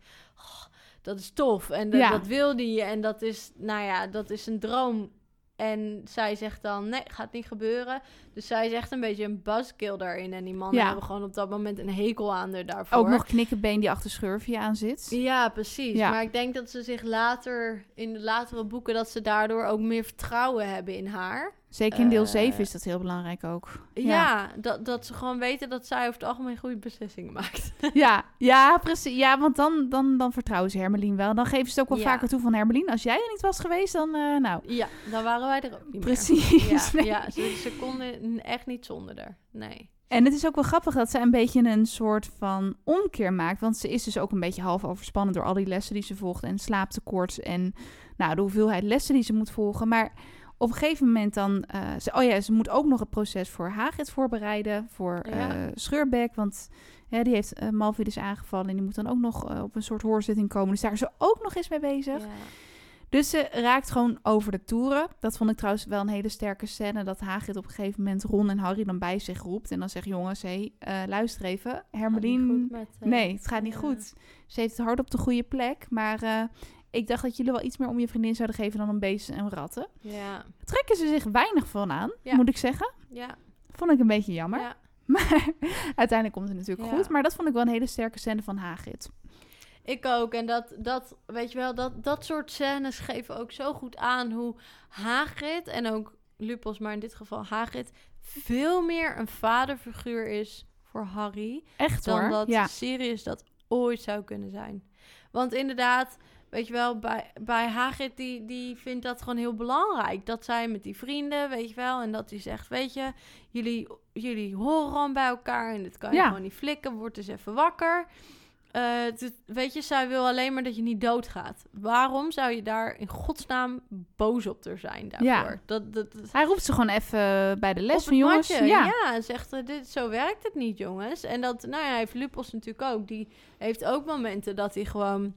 dat is tof en dat wil hij en dat is, dat is een droom. En zij zegt dan, nee, gaat niet gebeuren. Dus zij is echt een beetje een buzzkill daarin. En die mannen hebben gewoon op dat moment een hekel aan haar daarvoor. Ook nog Knikkenbeen die achter Schurfje aan zit. Ja, precies. Ja. Maar ik denk dat ze zich later, in de latere boeken, dat ze daardoor ook meer vertrouwen hebben in haar. Zeker in deel 7 is dat heel belangrijk ook. Ja, dat ze gewoon weten dat zij over het algemeen goede beslissingen maakt. Ja, precies. Ja, want dan vertrouwen ze Hermeline wel. Dan geven ze het ook wel vaker toe van Hermeline. Als jij er niet was geweest, dan nou. Ja, dan waren wij er ook niet meer. Precies. Ja, ze konden echt niet zonder haar. Nee. En het is ook wel grappig dat zij een beetje een soort van omkeer maakt. Want ze is dus ook een beetje half overspannen door al die lessen die ze volgt. En slaaptekort en de hoeveelheid lessen die ze moet volgen. Maar op een gegeven moment dan... ze moet ook nog het proces voor Hagrid voorbereiden. Voor Scheurbeek. Want die heeft Malfoy dus aangevallen. En die moet dan ook nog op een soort hoorzitting komen. Dus daar is ze ook nog eens mee bezig. Ja. Dus ze raakt gewoon over de toeren. Dat vond ik trouwens wel een hele sterke scène. Dat Hagrid op een gegeven moment Ron en Harry dan bij zich roept. En dan zegt, jongens, luister even. Hermeline... Nee, het gaat niet goed. Ze heeft het hart op de goede plek. Maar ik dacht dat jullie wel iets meer om je vriendin zouden geven dan een beesten en ratten. Ja. Trekken ze zich weinig van aan, moet ik zeggen. Ja. Vond ik een beetje jammer. Ja. Maar uiteindelijk komt het natuurlijk goed. Maar dat vond ik wel een hele sterke scène van Hagrid. Ik ook. En dat weet je wel, dat soort scènes geven ook zo goed aan hoe Hagrid en ook Lupus, maar in dit geval Hagrid, veel meer een vaderfiguur is voor Harry. Echt dan hoor. Dat Sirius dat ooit zou kunnen zijn. Want inderdaad, weet je wel, bij Hagrid, die vindt dat gewoon heel belangrijk. Dat zij met die vrienden, weet je wel, en dat hij zegt, weet je, jullie horen gewoon bij elkaar en dit kan je gewoon niet flikken, word eens even wakker. Weet je, zij wil alleen maar dat je niet doodgaat. Waarom zou je daar in godsnaam boos op te zijn daarvoor? Ja. Hij roept ze gewoon even bij de les van jongens. Ja, zegt zo werkt het niet, jongens. En dat, heeft Lupus natuurlijk ook. Die heeft ook momenten dat hij gewoon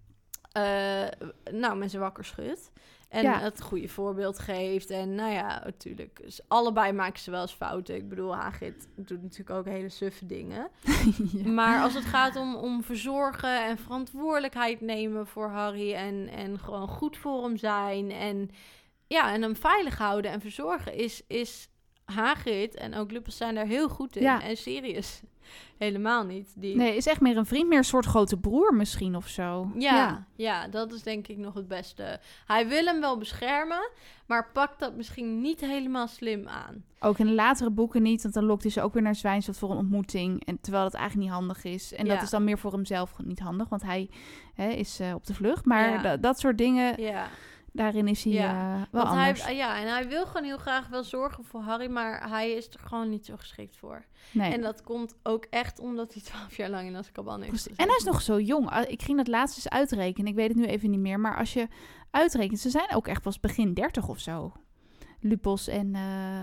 mensen wakker schudt. En het goede voorbeeld geeft. En natuurlijk. Dus allebei maken ze wel eens fouten. Ik bedoel, Hagrid doet natuurlijk ook hele suffe dingen. Maar als het gaat om verzorgen en verantwoordelijkheid nemen voor Harry. En gewoon goed voor hem zijn. En hem veilig houden en verzorgen is Hagrid en ook Lupus zijn daar heel goed in. En Sirius helemaal niet. Nee, is echt meer een vriend, meer een soort grote broer misschien of zo. Ja, dat is denk ik nog het beste. Hij wil hem wel beschermen, maar pakt dat misschien niet helemaal slim aan. Ook in de latere boeken niet, want dan lokt hij ze ook weer naar Zwijnsveld voor een ontmoeting. En terwijl dat eigenlijk niet handig is. En dat is dan meer voor hemzelf niet handig, want hij is op de vlucht. Maar dat soort dingen... Ja. Daarin is hij wel anders. En hij wil gewoon heel graag wel zorgen voor Harry, maar hij is er gewoon niet zo geschikt voor. Nee. En dat komt ook echt omdat hij 12 jaar lang in Azkaban is. En hij is nog zo jong. Ik ging dat laatst eens uitrekenen. Ik weet het nu even niet meer. Maar als je uitrekent, ze zijn ook echt pas begin 30 of zo. Lupos en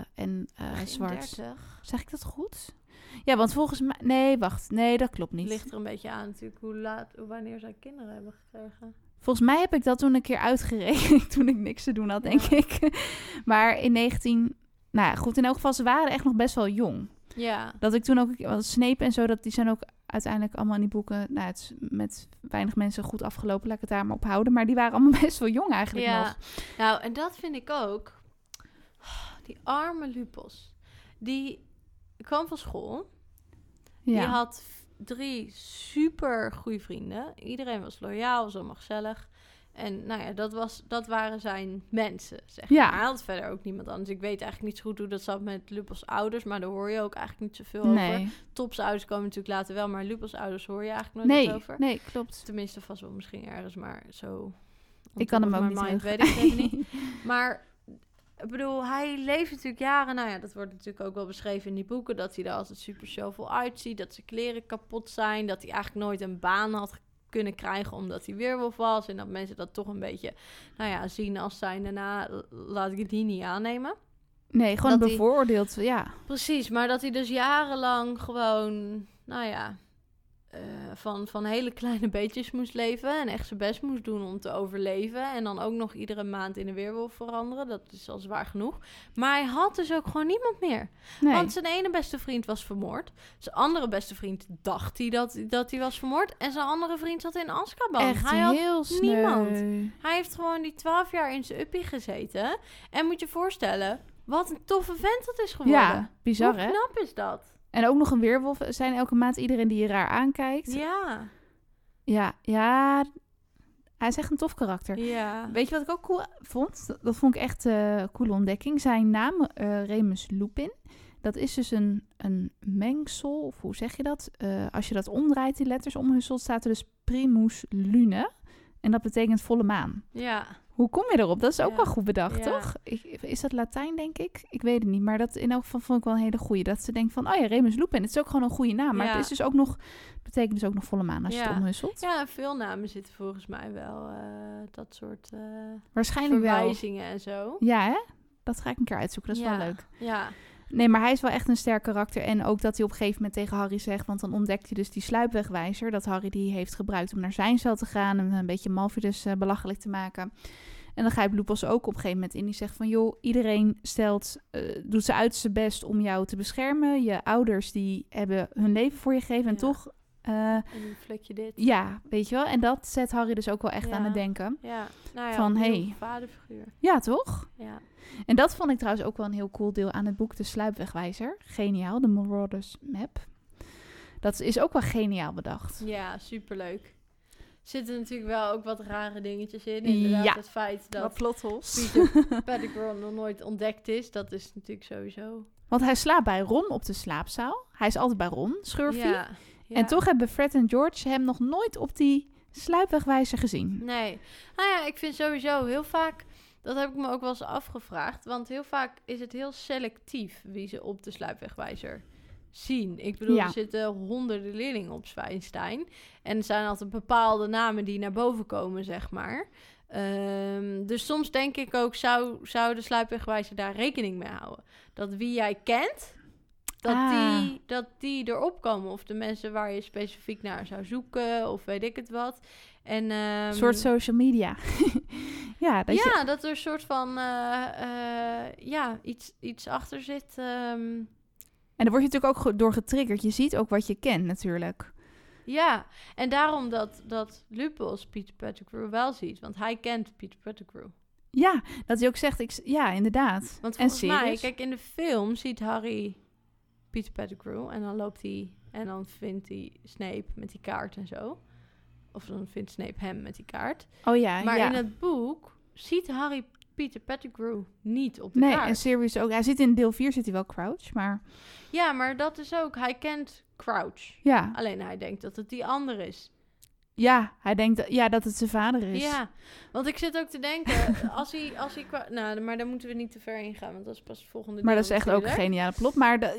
Zwart. 30. Zeg ik dat goed? Ja, want volgens mij... Nee, wacht. Nee, dat klopt niet. Het ligt er een beetje aan natuurlijk wanneer zij kinderen hebben gekregen. Volgens mij heb ik dat toen een keer uitgerekend toen ik niks te doen had, denk ik. Maar in 19... Nou ja, goed, in elk geval, ze waren echt nog best wel jong. Ja. Dat ik toen ook... Want Snape en zo, die zijn ook uiteindelijk allemaal in die boeken... Nou, het is met weinig mensen goed afgelopen, laat ik het daar maar op houden. Maar die waren allemaal best wel jong eigenlijk nog. Nou, en dat vind ik ook. Die arme Lupos. Die kwam van school. Ja. Die had 3 super goede vrienden. Iedereen was loyaal, was allemaal gezellig. En nou ja, dat waren zijn mensen, zeg maar. Ja. Hij had verder ook niemand anders. Ik weet eigenlijk niet zo goed hoe dat zat met Lupos ouders, maar daar hoor je ook eigenlijk niet zoveel over. Tops ouders komen natuurlijk later wel, maar Lupos ouders hoor je eigenlijk nooit iets over. Nee, klopt. Tenminste, vast wel misschien ergens, maar zo... Ik kan hem ook niet mind, weet ik even niet. Maar... Ik bedoel, hij leeft natuurlijk jaren... Nou ja, dat wordt natuurlijk ook wel beschreven in die boeken... dat hij er altijd super showvol uitziet... dat zijn kleren kapot zijn... dat hij eigenlijk nooit een baan had kunnen krijgen... omdat hij weerwolf was... en dat mensen dat toch een beetje... nou ja, zien als zijn... daarna laat ik het hier niet aannemen. Nee, gewoon bevooroordeeld, ja. Precies, maar dat hij dus jarenlang gewoon... nou ja... van hele kleine beetjes moest leven... en echt zijn best moest doen om te overleven... en dan ook nog iedere maand in een weerwolf veranderen. Dat is al zwaar genoeg. Maar hij had dus ook gewoon niemand meer. Nee. Want zijn ene beste vriend was vermoord. Zijn andere beste vriend dacht hij dat hij was vermoord... en zijn andere vriend zat in Azkaban. Echt hij had heel sneu. niemand. Hij heeft gewoon die 12 jaar in zijn uppie gezeten... en moet je voorstellen... wat een toffe vent dat is geworden. Ja, bizar Hoe hè? knap is dat? En ook nog een weerwolf zijn elke maand iedereen die je raar aankijkt. Ja. Ja, hij is echt een tof karakter. Ja. Weet je wat ik ook cool vond? Dat vond ik echt een coole ontdekking. Zijn naam, Remus Lupin, dat is dus een mengsel, of hoe zeg je dat? Als je dat omdraait, die letters omhusselt, staat er dus Primus Lune. En dat betekent volle maan. Ja. Hoe kom je erop? Dat is ook wel goed bedacht, Ja. toch? Is dat Latijn, denk ik? Ik weet het niet. Maar dat in elk geval vond ik wel een hele goeie. Dat ze denken van, oh ja, Remus Lupin. Het is ook gewoon een goede naam. Maar Ja. het is dus ook nog, betekent dus ook nog volle maan als je het omhusselt. Ja, veel namen zitten volgens mij wel dat soort Waarschijnlijk wel. verwijzingen en zo. Ja, hè? Dat ga ik een keer uitzoeken. Dat is wel leuk. Ja. Nee, maar hij is wel echt een sterk karakter. En ook dat hij op een gegeven moment tegen Harry zegt... want dan ontdekt hij dus die sluipwegwijzer... dat Harry die heeft gebruikt om naar zijn cel te gaan... en een beetje Malfoy belachelijk te maken. En dan grijpt Lupus ook op een gegeven moment in. Die zegt van, joh, iedereen doet zijn uiterste best om jou te beschermen. Je ouders die hebben hun leven voor je gegeven en toch... en nu vlek je dit. Ja, weet je wel. En dat zet Harry dus ook wel echt aan het denken. Ja, nou ja, van, hey, vaderfiguur. Ja, toch? Ja. En dat vond ik trouwens ook wel een heel cool deel aan het boek De Sluipwegwijzer. Geniaal, de Marauders Map. Dat is ook wel geniaal bedacht. Ja, superleuk. Zitten natuurlijk wel ook wat rare dingetjes in. Inderdaad, het feit dat Peter Pettigrew nog nooit ontdekt is. Dat is natuurlijk sowieso... Want hij slaapt bij Ron op de slaapzaal. Hij is altijd bij Ron, Schurfie. Ja. En toch hebben Fred en George hem nog nooit op die sluipwegwijzer gezien. Nee. Nou ja, ik vind sowieso heel vaak... Dat heb ik me ook wel eens afgevraagd. Want heel vaak is het heel selectief wie ze op de sluipwegwijzer zien. Ik bedoel, er zitten honderden leerlingen op Zwijnstein. En er zijn altijd bepaalde namen die naar boven komen, zeg maar. Dus soms denk ik ook, zou de sluipwegwijzer daar rekening mee houden? Dat wie jij kent, dat die erop komen. Of de mensen waar je specifiek naar zou zoeken, of weet ik het wat. En, een soort social media. Dat er een soort van iets achter zit. En daar word je natuurlijk ook door getriggerd. Je ziet ook wat je kent natuurlijk. Ja, en daarom dat Lupus Peter Pettigrew wel ziet. Want hij kent Peter Pettigrew. Ja, dat hij ook zegt, inderdaad. Want volgens mij, kijk, in de film ziet Harry Peter Pettigrew. En dan loopt hij en dan vindt hij Snape met die kaart en zo. Of dan vindt Snape hem met die kaart. Oh ja, maar in het boek ziet Harry Peter Pettigrew niet op de kaart. Nee, en Sirius ook. Hij zit in deel 4 zit hij wel Crouch, maar... Ja, maar dat is ook... Hij kent Crouch. Ja. Alleen hij denkt dat het die ander is. Ja, hij denkt dat het zijn vader is. Ja, want ik zit ook te denken... als hij nou, maar daar moeten we niet te ver in gaan, want dat is pas het volgende deel. Maar dat is echt ook een geniale plot. Maar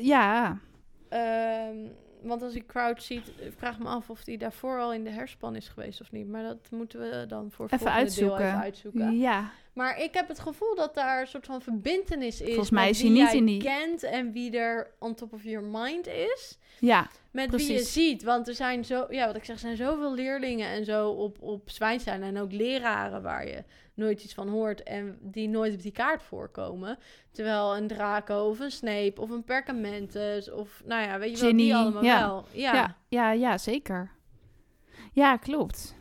want als hij Crouch ziet, vraag me af of hij daarvoor al in de herspan is geweest of niet. Maar dat moeten we dan voor het volgende deel even uitzoeken. Ja. Maar ik heb het gevoel dat daar een soort van verbintenis is. Volgens mij met is hij wie niet jij in die... kent en wie er on top of your mind is. Ja, Met precies. wie je ziet. Want er zijn wat ik zeg, er zijn zoveel leerlingen en zo op Zwijnstein. En ook leraren waar je nooit iets van hoort en die nooit op die kaart voorkomen. Terwijl een Draco of een Snape of een Perkamentus of nou ja, weet je wel, Ginny, die allemaal ja. wel. Ja, zeker. Ja, klopt.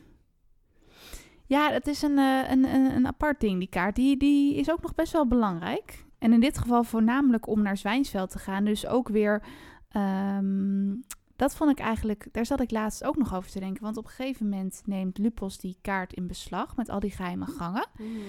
Ja, het is een apart ding, die kaart. Die is ook nog best wel belangrijk. En in dit geval voornamelijk om naar Zwijnsveld te gaan. Dus ook weer... dat vond ik eigenlijk... Daar zat ik laatst ook nog over te denken. Want op een gegeven moment neemt Lupos die kaart in beslag... met al die geheime gangen.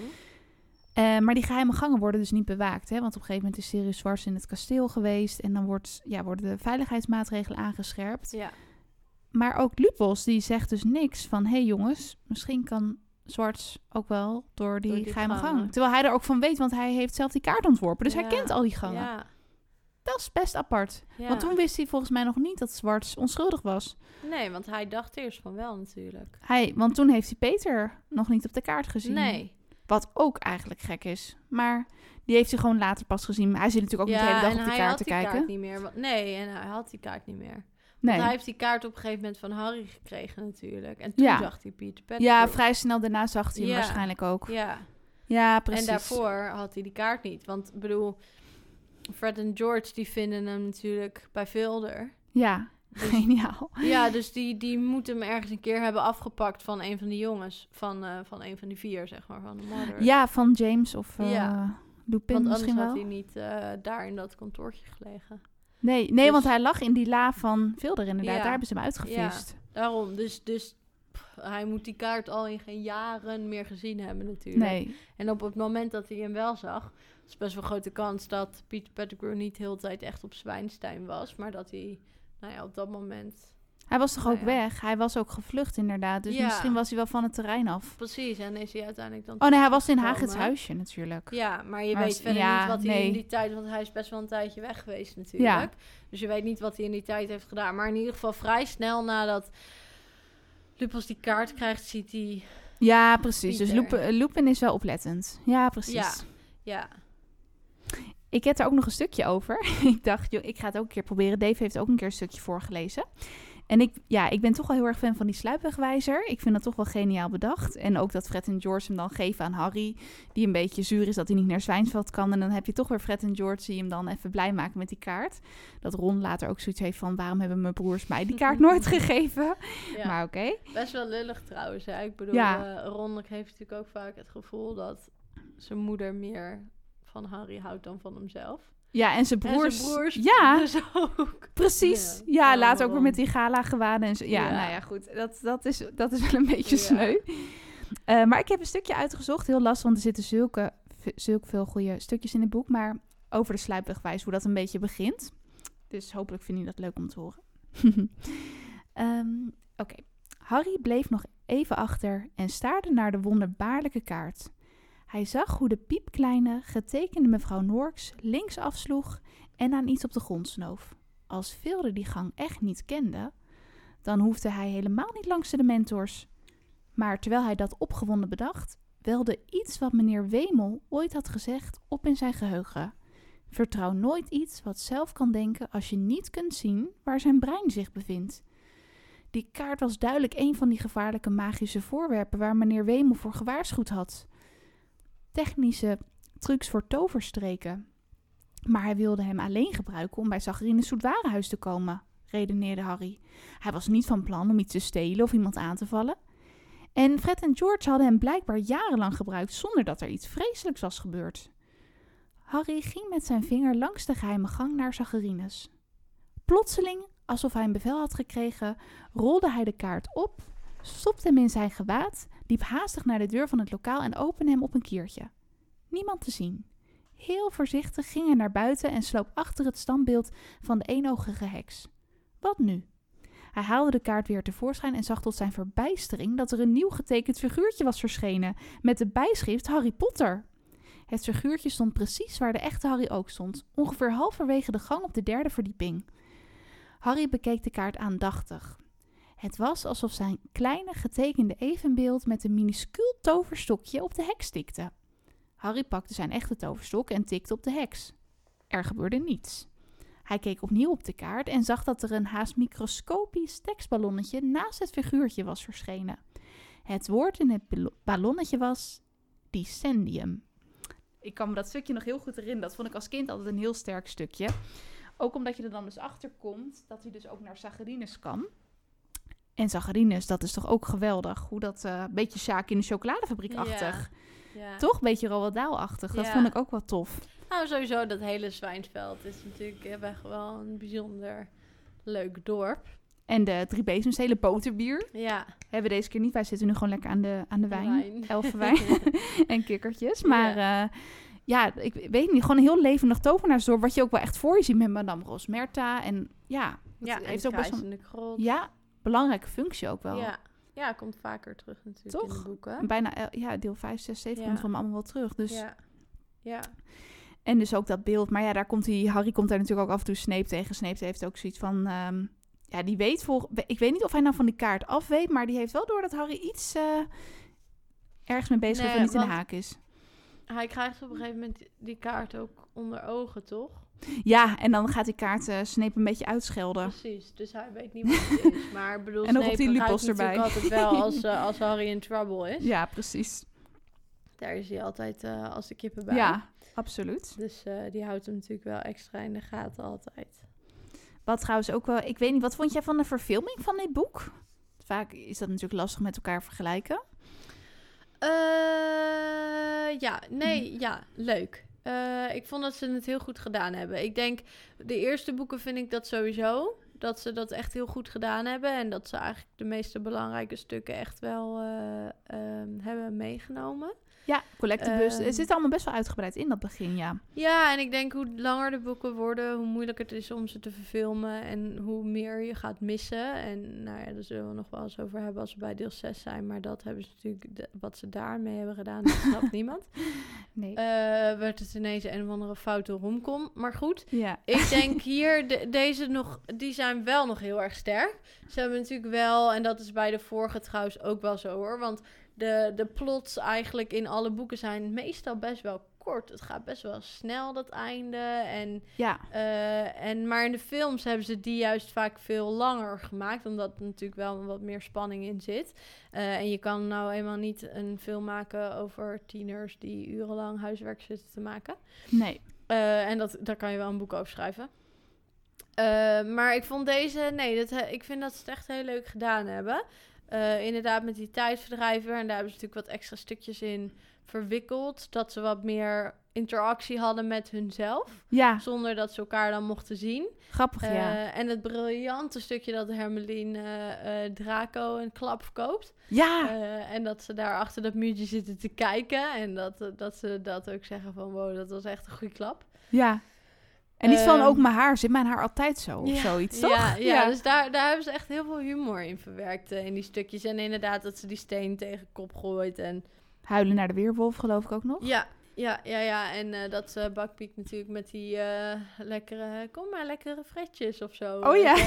Maar die geheime gangen worden dus niet bewaakt. Hè? Want op een gegeven moment is Sirius Zwarts in het kasteel geweest... en dan worden de veiligheidsmaatregelen aangescherpt. Ja. Maar ook Lupos, die zegt dus niks van... hé jongens, misschien kan Zwarts ook wel door die geheime gangen. gang. Terwijl hij er ook van weet, want hij heeft zelf die kaart ontworpen. Dus hij kent al die gangen. Ja. Dat is best apart. Ja. Want toen wist hij volgens mij nog niet dat Zwarts onschuldig was. Nee, want hij dacht eerst van wel natuurlijk. Want toen heeft hij Peter nog niet op de kaart gezien. Nee. Wat ook eigenlijk gek is. Maar die heeft hij gewoon later pas gezien. Hij zit natuurlijk ook niet de hele dag op die kaart te kijken. Kaart niet meer. En hij had die kaart niet meer. Nee. Want hij heeft die kaart op een gegeven moment van Harry gekregen natuurlijk. En toen zag hij Peter Pettigrew. Ja, vrij snel daarna zag hij hem waarschijnlijk ook. Ja, precies. En daarvoor had hij die kaart niet. Want ik bedoel, Fred en George die vinden hem natuurlijk bij Vilder. Ja, dus, geniaal. Ja, dus die moeten hem ergens een keer hebben afgepakt van een van die jongens. Van een van die 4, zeg maar, van de Mother. Ja, van James of Lupin want misschien wel. Want anders had hij niet daar in dat kantoortje gelegen. Nee, dus, want hij lag in die la van Vilder inderdaad. Ja, daar hebben ze hem uitgevist. Ja, daarom. Dus hij moet die kaart al in geen jaren meer gezien hebben natuurlijk. Nee. En op het moment dat hij hem wel zag... is best wel een grote kans dat Peter Pettigrew niet de hele tijd echt op Zwijnstein was. Maar dat hij, op dat moment... Hij was toch ook weg? Hij was ook gevlucht inderdaad. Dus misschien was hij wel van het terrein af. Precies, en is hij uiteindelijk dan... Oh nee, hij was in Hagrid's huisje natuurlijk. Ja, maar je weet verder niet wat hij in die tijd... Want hij is best wel een tijdje weg geweest natuurlijk. Ja. Dus je weet niet wat hij in die tijd heeft gedaan. Maar in ieder geval vrij snel nadat Lupus die kaart krijgt, ziet hij... Ja, precies. Peter. Dus Lupin is wel oplettend. Ja, precies. Ja. Ik heb er ook nog een stukje over. Ik dacht, ik ga het ook een keer proberen. Dave heeft ook een keer een stukje voorgelezen. En ik ben toch wel heel erg fan van die sluipwegwijzer. Ik vind dat toch wel geniaal bedacht. En ook dat Fred en George hem dan geven aan Harry, die een beetje zuur is dat hij niet naar Zwijnsveld kan. En dan heb je toch weer Fred en George die hem dan even blij maken met die kaart. Dat Ron later ook zoiets heeft van, waarom hebben mijn broers mij die kaart nooit gegeven? Ja. Maar oké. Best wel lullig trouwens. Hè? Ik bedoel, Ron heeft natuurlijk ook vaak het gevoel dat zijn moeder meer van Harry houdt dan van hemzelf. Ja, en zijn broers. Ja, dus ook. Precies. Ja, later ook weer met die gala-gewaden en zo. Ja, nou ja, goed. Dat is wel een beetje sneu. Maar ik heb een stukje uitgezocht. Heel lastig, want er zitten zulke veel goede stukjes in het boek. Maar over de sluipwegwijs, hoe dat een beetje begint. Dus hopelijk vind je dat leuk om te horen. Oké. Harry bleef nog even achter en staarde naar de wonderbaarlijke kaart. Hij zag hoe de piepkleine, getekende mevrouw Norks links afsloeg en aan iets op de grond snoof. Als Vilder die gang echt niet kende, dan hoefde hij helemaal niet langs de mentors. Maar terwijl hij dat opgewonden bedacht, welde iets wat meneer Wemel ooit had gezegd op in zijn geheugen. Vertrouw nooit iets wat zelf kan denken als je niet kunt zien waar zijn brein zich bevindt. Die kaart was duidelijk een van die gevaarlijke magische voorwerpen waar meneer Wemel voor gewaarschuwd had. Technische trucs voor toverstreken. Maar hij wilde hem alleen gebruiken om bij Zacharine's zoetwarenhuis te komen, redeneerde Harry. Hij was niet van plan om iets te stelen of iemand aan te vallen. En Fred en George hadden hem blijkbaar jarenlang gebruikt zonder dat er iets vreselijks was gebeurd. Harry ging met zijn vinger langs de geheime gang naar Zacharine's. Plotseling, alsof hij een bevel had gekregen, rolde hij de kaart op, stopte hem in zijn gewaad, liep haastig naar de deur van het lokaal en opende hem op een kiertje. Niemand te zien. Heel voorzichtig ging hij naar buiten en sloop achter het standbeeld van de eenogige heks. Wat nu? Hij haalde de kaart weer tevoorschijn en zag tot zijn verbijstering dat er een nieuw getekend figuurtje was verschenen, met de bijschrift Harry Potter. Het figuurtje stond precies waar de echte Harry ook stond, ongeveer halverwege de gang op de 3e verdieping. Harry bekeek de kaart aandachtig. Het was alsof zijn kleine getekende evenbeeld met een minuscuul toverstokje op de heks tikte. Harry pakte zijn echte toverstok en tikte op de heks. Er gebeurde niets. Hij keek opnieuw op de kaart en zag dat er een haast microscopisch tekstballonnetje naast het figuurtje was verschenen. Het woord in het ballonnetje was Descendium. Ik kan me dat stukje nog heel goed herinneren. Dat vond ik als kind altijd een heel sterk stukje. Ook omdat je er dan dus achter komt dat hij dus ook naar Zacharinas kan. En Zacharinas, dat is toch ook geweldig. Hoe dat een beetje Sjaak in de chocoladefabriek-achtig. Ja. Toch? Een beetje Roald Dahl-achtig. Dat vond ik ook wel tof. Nou, sowieso dat hele Zwijnsveld is natuurlijk echt wel een bijzonder leuk dorp. En de Drie Bezems, hele boterbier. Ja. Hebben we deze keer niet. Wij zitten nu gewoon lekker aan de wijn. Elfenwijn en kikkertjes. Maar ik weet niet. Gewoon een heel levendig tovenaarsdorp. Wat je ook wel echt voor je ziet met Madame Rosmerta. En het heeft ook best wel belangrijke functie ook wel. Ja, komt vaker terug natuurlijk. Toch? In de boeken. Bijna, deel 5, 6, 7 komt van allemaal wel terug. Dus. Ja. En dus ook dat beeld. Maar daar komt Harry komt daar natuurlijk ook af en toe Snape tegen. Snape heeft ook zoiets van... die weet ik weet niet of hij nou van die kaart af weet, maar die heeft wel door dat Harry iets ergens mee bezig is en niet in de haak is. Hij krijgt op een gegeven moment die kaart ook onder ogen, toch? Ja, en dan gaat die kaart Snape een beetje uitschelden. Precies, dus hij weet niet wat het is. Maar ik bedoel, en ook Snape op die Lupus erbij. altijd wel als Harry in trouble is. Ja, precies. Daar is hij altijd als de kippen bij. Ja, absoluut. Dus die houdt hem natuurlijk wel extra in de gaten altijd. Wat trouwens ook wel... Ik weet niet, wat vond jij van de verfilming van dit boek? Vaak is dat natuurlijk lastig met elkaar vergelijken. Leuk. Ik vond dat ze het heel goed gedaan hebben. Ik denk, de eerste boeken vind ik dat sowieso. Dat ze dat echt heel goed gedaan hebben. En dat ze eigenlijk de meeste belangrijke stukken echt wel hebben meegenomen. Ja, collectebus. Het zit allemaal best wel uitgebreid in dat begin, ja. Ja, en ik denk hoe langer de boeken worden, hoe moeilijker het is om ze te verfilmen en hoe meer je gaat missen. En nou ja, daar zullen we nog wel eens over hebben als we bij deel 6 zijn. Maar dat hebben ze natuurlijk, wat ze daarmee hebben gedaan, dat snapt niemand. Nee. Werd het ineens een of andere foute romcom. Maar goed, ja. Ik denk hier, deze nog, die zijn wel nog heel erg sterk. Ze hebben natuurlijk wel, en dat is bij de vorige trouwens ook wel zo hoor, want de plots eigenlijk in alle boeken zijn meestal best wel kort. Het gaat best wel snel, dat einde. Maar in de films hebben ze die juist vaak veel langer gemaakt, omdat er natuurlijk wel wat meer spanning in zit. En je kan nou eenmaal niet een film maken over tieners die urenlang huiswerk zitten te maken. Nee. En daar kan je wel een boek over schrijven. Maar ik vond deze... ik vind dat ze het echt heel leuk gedaan hebben. Inderdaad met die tijdverdrijver. En daar hebben ze natuurlijk wat extra stukjes in verwikkeld. Dat ze wat meer interactie hadden met hunzelf. Ja. Zonder dat ze elkaar dan mochten zien. Grappig, ja. En het briljante stukje dat Hermeline Draco een klap verkoopt. Ja. En dat ze daar achter dat muurtje zitten te kijken. En dat ze dat ook zeggen van... wow, dat was echt een goede klap. Ja. En niet van ook mijn haar. Zit mijn haar altijd zo of zoiets, toch? Ja, dus daar hebben ze echt heel veel humor in verwerkt in die stukjes. En inderdaad dat ze die steen tegen kop gooit en... Huilen naar de weerwolf, geloof ik ook nog. Ja. En dat Buckbeak natuurlijk met die lekkere fretjes of zo. Oh ja.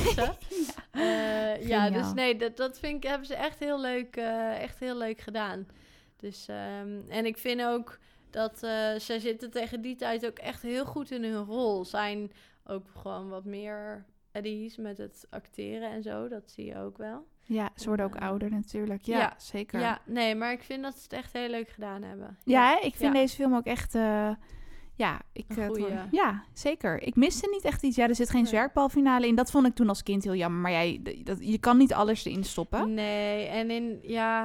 Dus nee, dat vind ik, hebben ze echt heel leuk gedaan. Dus, en ik vind ook dat zij zitten tegen die tijd ook echt heel goed in hun rol. Zijn ook gewoon wat meer eddies met het acteren en zo. Dat zie je ook wel. Ja, ze worden ook ouder natuurlijk. Ja, zeker. Ja, nee, maar ik vind dat ze het echt heel leuk gedaan hebben. Ja, ik vind deze film ook echt... zeker. Ik miste niet echt iets. Ja, er zit geen zwerkbalfinale in. Dat vond ik toen als kind heel jammer. Maar je kan niet alles erin stoppen. Nee, en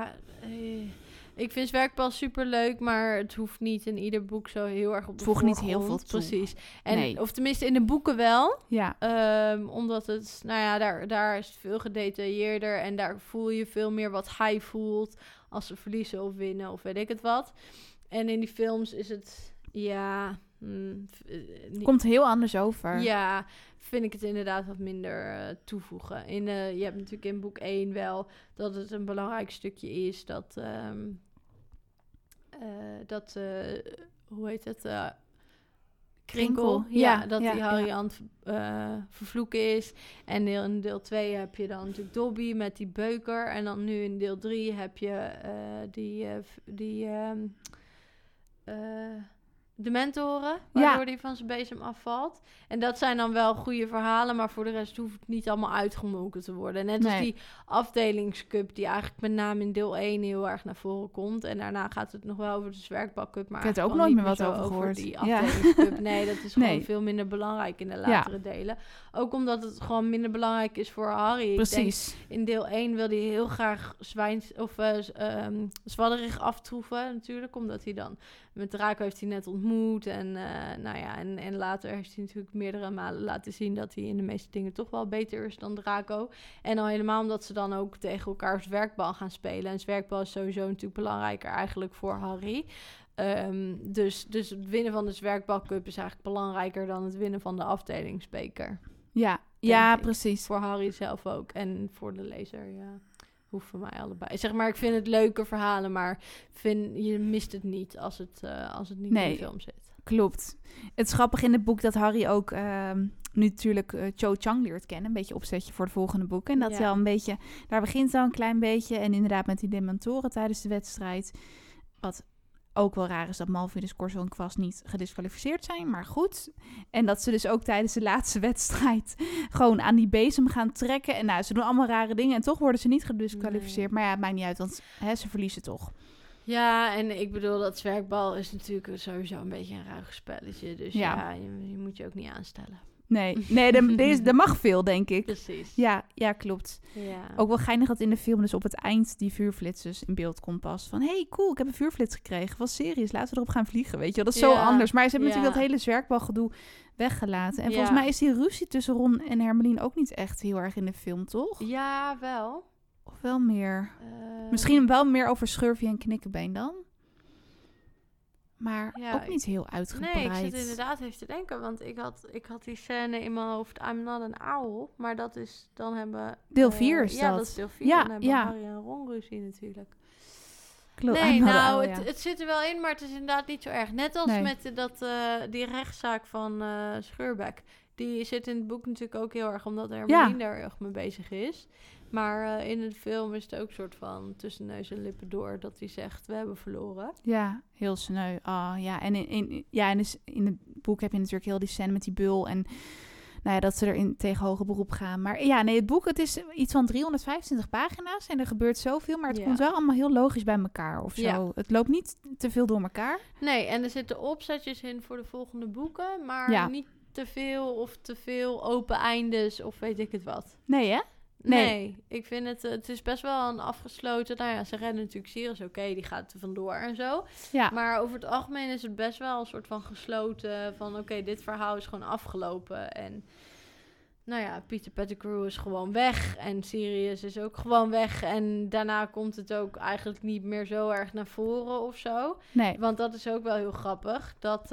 ik vind zwerkbal superleuk, maar het hoeft niet in ieder boek zo heel erg op de voorgrond. Voegt niet heel veel toe. Precies. Of tenminste in de boeken wel. Ja. Omdat het, daar is het veel gedetailleerder en daar voel je veel meer wat hij voelt als ze verliezen of winnen of weet ik het wat. En in die films is het, komt heel anders over. Ja, vind ik het inderdaad wat minder toevoegen. Je hebt natuurlijk in boek 1 wel dat het een belangrijk stukje is hoe heet het? Krinkel. Ja, dat die Harry aan het vervloeken is. En in deel 2 heb je dan natuurlijk Dobby met die beuker. En dan nu in deel 3 heb je dementoren, waardoor hij van zijn bezem afvalt. En dat zijn dan wel goede verhalen, maar voor de rest hoeft het niet allemaal uitgemolken te worden. Net als die afdelingscup, die eigenlijk met name in deel 1 heel erg naar voren komt. En daarna gaat het nog wel over de zwerkbalcup, maar ik heb er ook nooit meer wat over gehoord. Die afdelingscup. Nee, dat is gewoon veel minder belangrijk in de latere delen. Ook omdat het gewoon minder belangrijk is voor Harry. Precies. Ik denk, in deel 1 wil hij heel graag Zwadderig aftroeven natuurlijk, omdat hij dan met Draco heeft hij net ontmoet en en later heeft hij natuurlijk meerdere malen laten zien dat hij in de meeste dingen toch wel beter is dan Draco. En al helemaal omdat ze dan ook tegen elkaar zwerkbal gaan spelen. En zwerkbal is sowieso natuurlijk belangrijker eigenlijk voor Harry. Dus het winnen van de zwerkbalcup is eigenlijk belangrijker dan het winnen van de afdelingsbeker. Ja, precies. Voor Harry zelf ook en voor de lezer, hoeft voor mij allebei. Zeg maar, ik vind het leuke verhalen, maar je mist het niet als het niet in de film zit. Klopt. Het is grappig in het boek dat Harry ook nu natuurlijk Cho Chang leert kennen. Een beetje opzetje voor het volgende boek. En dat wel een beetje, daar begint al een klein beetje. En inderdaad met die dementoren tijdens de wedstrijd. Wat ook wel raar is dat Malfoy, Scorzo en Kwast niet gedisqualificeerd zijn. Maar goed. En dat ze dus ook tijdens de laatste wedstrijd gewoon aan die bezem gaan trekken. En ze doen allemaal rare dingen. En toch worden ze niet gedisqualificeerd. Nee. Maar het maakt niet uit, want ze verliezen toch. Ja, en ik bedoel, dat zwerkbal is natuurlijk sowieso een beetje een ruig spelletje. Dus je moet je ook niet aanstellen. Nee, er mag veel, denk ik. Precies. Ja, klopt. Ja. Ook wel geinig dat in de film dus op het eind die vuurflitsers in beeld komt pas. Van, hey, cool, ik heb een vuurflits gekregen. Wat serieus, laten we erop gaan vliegen, weet je wel. Dat is zo anders. Maar ze hebben natuurlijk dat hele zwerkbalgedoe weggelaten. En volgens mij is die ruzie tussen Ron en Hermeline ook niet echt heel erg in de film, toch? Ja, wel. Of wel meer? Misschien wel meer over Schurfje en Knikkebeen dan? Maar ook niet heel uitgebreid. Nee, ik zit inderdaad even te denken. Want ik had die scène in mijn hoofd. I'm not an owl. Maar dat is... Dan hebben... Deel 4 is dat. Ja, dat is deel 4. Dan hebben Harry en Ron ruzie natuurlijk. Klopt. Nee, het zit er wel in. Maar het is inderdaad niet zo erg. Net als met die rechtszaak van Schuurbeck. Die zit in het boek natuurlijk ook heel erg. Omdat Hermeline daar erg mee bezig is. Maar in de film is het ook een soort van tussen neus en lippen door dat hij zegt, we hebben verloren. Ja, heel sneu. En in het boek heb je natuurlijk heel die scène met die bul en dat ze erin tegen hoger beroep gaan. Maar het boek, het is iets van 325 pagina's en er gebeurt zoveel, maar het komt wel allemaal heel logisch bij elkaar of zo. Ja. Het loopt niet te veel door elkaar. Nee, en er zitten opzetjes in voor de volgende boeken, maar niet te veel open eindes of weet ik het wat. Nee, hè? Nee, ik vind het is best wel een afgesloten... ze redden natuurlijk Sirius, oké, die gaat er vandoor en zo. Ja. Maar over het algemeen is het best wel een soort van gesloten... van oké, dit verhaal is gewoon afgelopen. En Peter Pettigrew is gewoon weg. En Sirius is ook gewoon weg. En daarna komt het ook eigenlijk niet meer zo erg naar voren of zo. Nee. Want dat is ook wel heel grappig. Dat...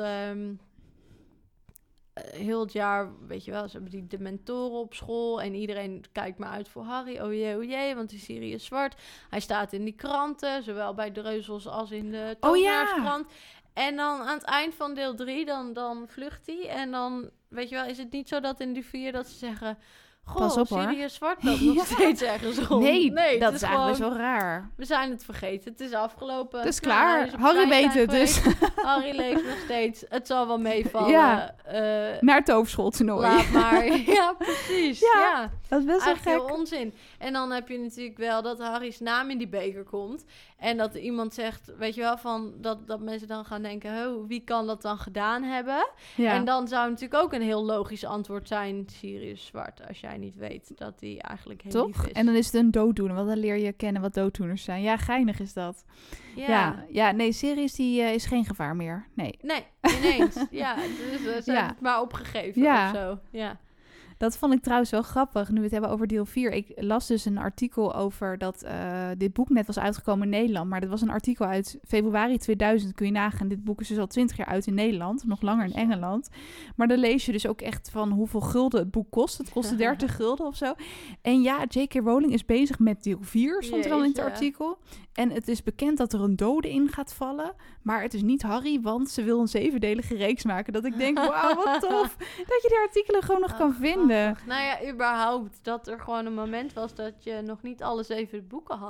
heel het jaar, weet je wel, ze hebben die dementoren op school en iedereen kijkt maar uit voor Harry. Oh jee, want die Sirius is zwart. Hij staat in die kranten, zowel bij de Reuzels als in de Tovenaarskrant. En dan aan het eind van deel 3, dan vlucht hij. En dan, weet je wel, is het niet zo dat in die 4 dat ze zeggen... Goh, Sirius zwart loopt nog steeds ergens rond. Nee, dat is eigenlijk best wel raar. We zijn het vergeten. Het is afgelopen. Het is klaar. Harry weet het dus. Harry leeft nog steeds. Het zal wel meevallen. Naar toverschooltoernooi. Laat maar. Ja, precies. Ja, dat is best wel gek. Heel onzin. En dan heb je natuurlijk wel dat Harry's naam in die beker komt. En dat iemand zegt, weet je wel, van dat mensen dan gaan denken... wie kan dat dan gedaan hebben? Ja. En dan zou natuurlijk ook een heel logisch antwoord zijn... Sirius zwart, als jij niet weet dat hij eigenlijk heel lief is. En dan is het een dooddoener, want dan leer je kennen wat dooddoeners zijn. Ja, geinig is dat. Ja, nee, Sirius die is geen gevaar meer. Nee, ineens. Dus ze hebben het maar opgegeven of zo. Ja. Dat vond ik trouwens wel grappig, nu we het hebben over deel 4. Ik las dus een artikel over dat dit boek net was uitgekomen in Nederland. Maar dat was een artikel uit februari 2000. Kun je nagaan, dit boek is dus al 20 jaar uit in Nederland. Nog langer in Engeland. Maar dan lees je dus ook echt van hoeveel gulden het boek kost. Het kostte 30 gulden of zo. En J.K. Rowling is bezig met deel 4, stond er al in het artikel. En het is bekend dat er een dode in gaat vallen. Maar het is niet Harry, want ze wil een 7-delige reeks maken. Dat ik denk, wauw, wat tof. Dat je die artikelen gewoon nog kan vinden. Nou ja, überhaupt dat er gewoon een moment was dat je nog niet alle 7 boeken had.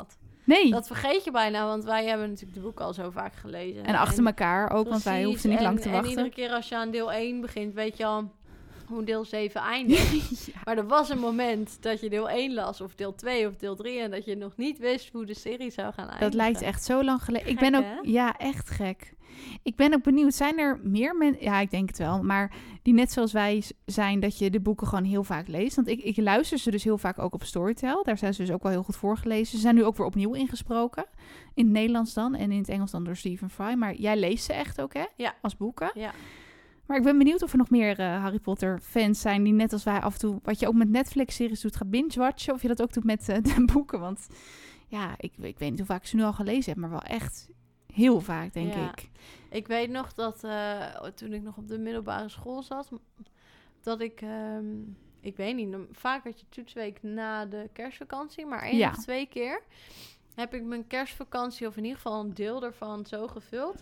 Nee. Dat vergeet je bijna, want wij hebben natuurlijk de boeken al zo vaak gelezen. En achter elkaar ook, want wij precies, hoefden niet lang te En wachten. iedere keer als je aan deel 1 begint, weet je al hoe deel 7 eindigt. Ja. Maar er was een moment dat je deel 1 las, of deel 2 of deel 3... en dat je nog niet wist hoe de serie zou gaan eindigen. Dat lijkt echt zo lang geleden. Ik Gek, ben ook, hè? ja, echt gek. Ik ben ook benieuwd, zijn er meer mensen, ja, ik denk het wel, maar die net zoals wij zijn, dat je de boeken gewoon heel vaak leest? Want ik luister ze dus heel vaak ook op Storytel. Daar zijn ze dus ook wel heel goed voorgelezen. Ze zijn nu ook weer opnieuw ingesproken. In het Nederlands dan en in het Engels dan door Stephen Fry. Maar jij leest ze echt ook, hè? Ja. Als boeken. Ja. Maar ik ben benieuwd of er nog meer Harry Potter fans zijn die net als wij af en toe, wat je ook met Netflix-series doet, gaat binge-watchen. Of je dat ook doet met de boeken. Want ja, ik weet niet hoe vaak ik ze nu al gelezen heb, maar wel echt heel vaak, denk ik. Ik weet nog dat toen ik nog op de middelbare school zat, dat ik weet niet, vaak had je toetsweek na de kerstvakantie, maar 1 of 2 keer heb ik mijn kerstvakantie, of in ieder geval een deel ervan, zo gevuld,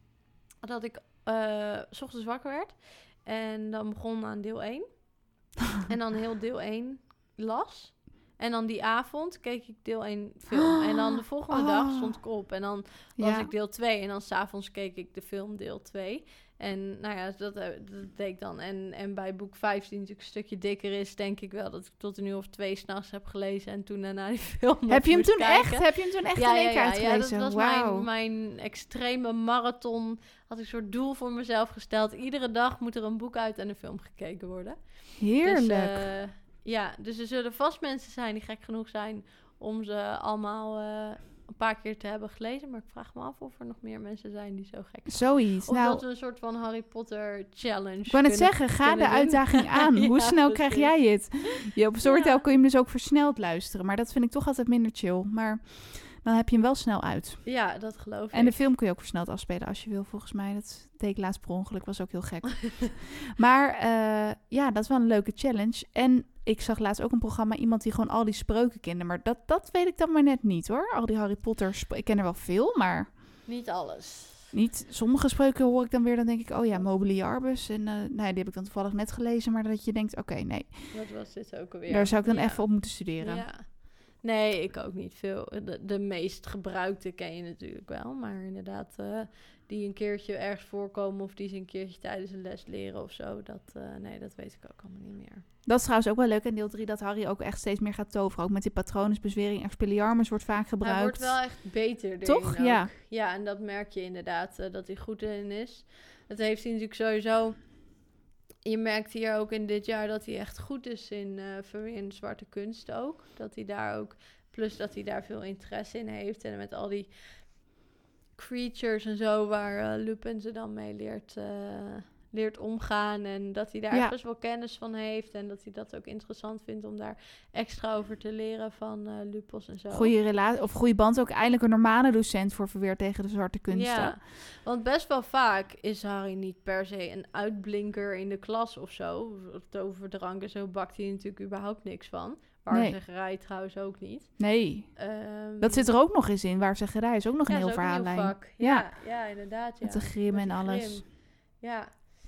dat ik 's ochtends wakker werd en dan begon aan deel 1 en dan heel deel 1 las. En dan die avond keek ik deel 1 film. En dan de volgende dag stond ik op. En dan las ik deel 2. En dan 's avonds keek ik de film deel 2. En nou ja, dat deed ik dan. En bij boek 5, die natuurlijk een stukje dikker is, denk ik wel dat ik tot 1 uur of 2 s'nachts heb gelezen. En toen daarna die film Heb je hem toen kijken. echt? Heb je hem toen echt in één keer uitgelezen? Ja, dat was mijn extreme marathon. Had ik een soort doel voor mezelf gesteld. Iedere dag moet er een boek uit en een film gekeken worden. Heerlijk. Dus er zullen vast mensen zijn die gek genoeg zijn om ze allemaal een paar keer te hebben gelezen. Maar ik vraag me af of er nog meer mensen zijn die zo gek zijn. Zoiets. Of dat we een soort van Harry Potter challenge Ik wou net zeggen, ga de uitdaging aan. Ja, Hoe snel krijg precies. jij het? Op Storytel kun je hem dus ook versneld luisteren. Maar dat vind ik toch altijd minder chill. Maar dan heb je hem wel snel uit. Ja, dat geloof ik. En de film kun je ook versneld afspelen als je wil, volgens mij. Dat deed ik laatst per ongeluk, was ook heel gek. Maar dat is wel een leuke challenge. En ik zag laatst ook een programma, iemand die gewoon al die spreuken kende. Maar dat weet ik dan maar net niet, hoor. Al die Harry Potter, ik ken er wel veel, maar Niet alles. niet. Sommige spreuken hoor ik dan weer, dan denk ik, oh ja, Mobiliarbus. En die heb ik dan toevallig net gelezen, maar dat je denkt, oké, nee. Wat was dit ook alweer? Daar zou ik dan even op moeten studeren. Ja. Nee, ik ook niet veel. De meest gebruikte ken je natuurlijk wel. Maar inderdaad, die een keertje ergens voorkomen of die ze een keertje tijdens een les leren of zo. Dat weet ik ook allemaal niet meer. Dat is trouwens ook wel leuk in deel 3, dat Harry ook echt steeds meer gaat toveren. Ook met die patronusbezwering. Expelliarmus wordt vaak gebruikt. Hij wordt wel echt beter erin. Toch? Ook. Ja. Ja, en dat merk je inderdaad, dat hij goed in is. Dat heeft hij natuurlijk sowieso. Je merkt hier ook in dit jaar dat hij echt goed is in verweerende zwarte kunst ook. Dat hij daar ook, plus dat hij daar veel interesse in heeft. En met al die creatures en zo, waar Lupin ze dan mee leert omgaan. En dat hij daar echt best wel kennis van heeft. En dat hij dat ook interessant vindt om daar extra over te leren van Lupos en zo. Goeie relatie, of goede band ook. Eindelijk een normale docent voor verweer tegen de zwarte kunsten. Ja, want best wel vaak is Harry niet per se een uitblinker in de klas of zo. Toverdrank en zo bakt hij natuurlijk überhaupt niks van. Waarzeggerij trouwens ook niet. Nee, dat zit er ook nog eens in. Waarzeggerij is ook nog een heel verhaallijn. Een vak. Ja, inderdaad. Ja. Met de grim en alles. Grim. Ja.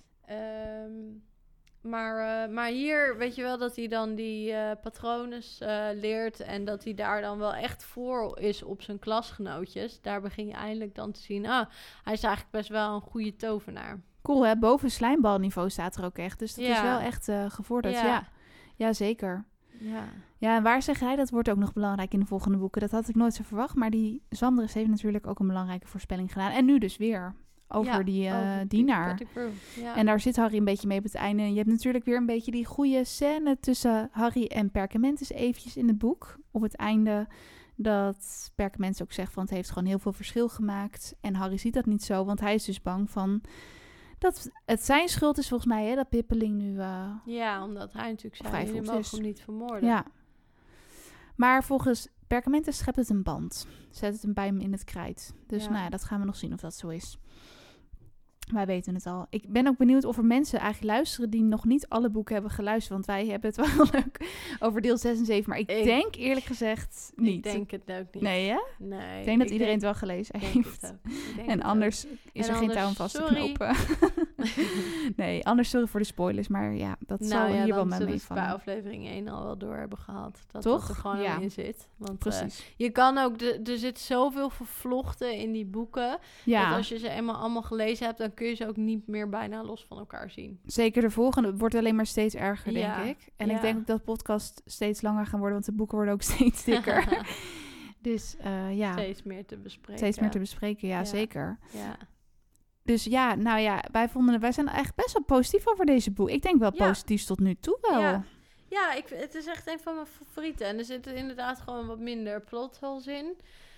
Maar hier weet je wel dat hij dan die patronus leert en dat hij daar dan wel echt voor is op zijn klasgenootjes. Daar begin je eindelijk dan te zien, hij is eigenlijk best wel een goede tovenaar. Cool, hè? Boven slijmbalniveau staat er ook echt. Dus dat is wel echt gevorderd. Ja, zeker. Ja, en waarzeggerij, dat wordt ook nog belangrijk in de volgende boeken. Dat had ik nooit zo verwacht. Maar die Xandris heeft natuurlijk ook een belangrijke voorspelling gedaan. En nu dus weer. Over die dienaar. Ja. En daar zit Harry een beetje mee op het einde. En je hebt natuurlijk weer een beetje die goede scène tussen Harry en Perkamentus eventjes in het boek. Op het einde dat Perkamentus ook zegt van het heeft gewoon heel veel verschil gemaakt. En Harry ziet dat niet zo, want hij is dus bang van dat het zijn schuld is volgens mij, hè, dat Pippeling nu omdat hij natuurlijk zei, jullie mogen hem niet vermoorden. Ja. Maar volgens Perkamentus schept het een band. Zet het hem bij hem in het krijt. Dus dat gaan we nog zien of dat zo is. Wij weten het al. Ik ben ook benieuwd of er mensen eigenlijk luisteren die nog niet alle boeken hebben geluisterd. Want wij hebben het wel leuk over deel 6 en 7. Maar ik denk eerlijk gezegd niet. Ik denk het ook niet. Nee, hè? Nee. Ik denk dat iedereen het wel gelezen heeft. En anders is er geen touw om vast te knopen. Nee, anders sorry voor de spoilers. Maar ja, dat zal hier wel mee meevallen. Bij aflevering 1 al wel door hebben gehad. Dat Toch? Dat er gewoon in zit. Want precies. Je kan ook... Er zit zoveel vervlochten in die boeken. Ja. Dat als je ze eenmaal allemaal gelezen hebt... dan kun je ze ook niet meer bijna los van elkaar zien. Zeker de volgende wordt alleen maar steeds erger, denk ik. En ik denk ook dat podcast steeds langer gaan worden... want de boeken worden ook steeds dikker. Dus ja. Steeds meer te bespreken. Steeds meer te bespreken, ja. Zeker. Ja. Dus ja, nou ja, wij zijn echt best wel positief over deze boek. Ik denk wel positief tot nu toe wel. Ja, het is echt een van mijn favorieten. En er zitten inderdaad gewoon wat minder plot holes in.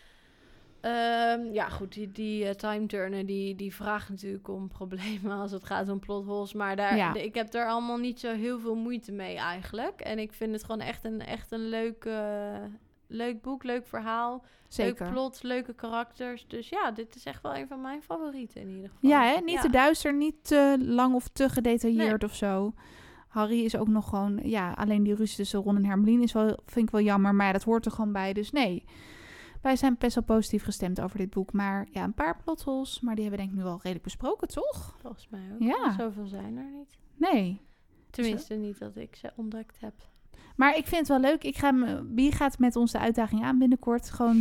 Ja, goed, die Time Turner, die vraagt natuurlijk om problemen als het gaat om plot holes. Maar ik heb daar allemaal niet zo heel veel moeite mee eigenlijk. En ik vind het gewoon echt een leuk boek, leuk verhaal. Zeker. Leuk plot, leuke karakters. Dus ja, dit is echt wel een van mijn favorieten in ieder geval. Ja, hè? Niet te duister, niet te lang of te gedetailleerd of zo. Harry is ook nog gewoon... Ja, alleen die ruzie tussen Ron en Hermeline vind ik wel jammer. Maar ja, dat hoort er gewoon bij. Dus nee, wij zijn best wel positief gestemd over dit boek. Maar ja, een paar plotholes. Maar die hebben we denk ik nu al redelijk besproken, toch? Volgens mij ook. Ja. Zoveel zijn er niet. Nee. Tenminste, niet dat ik ze ontdekt heb. Maar ik vind het wel leuk. Wie gaat met ons de uitdaging aan binnenkort? Gewoon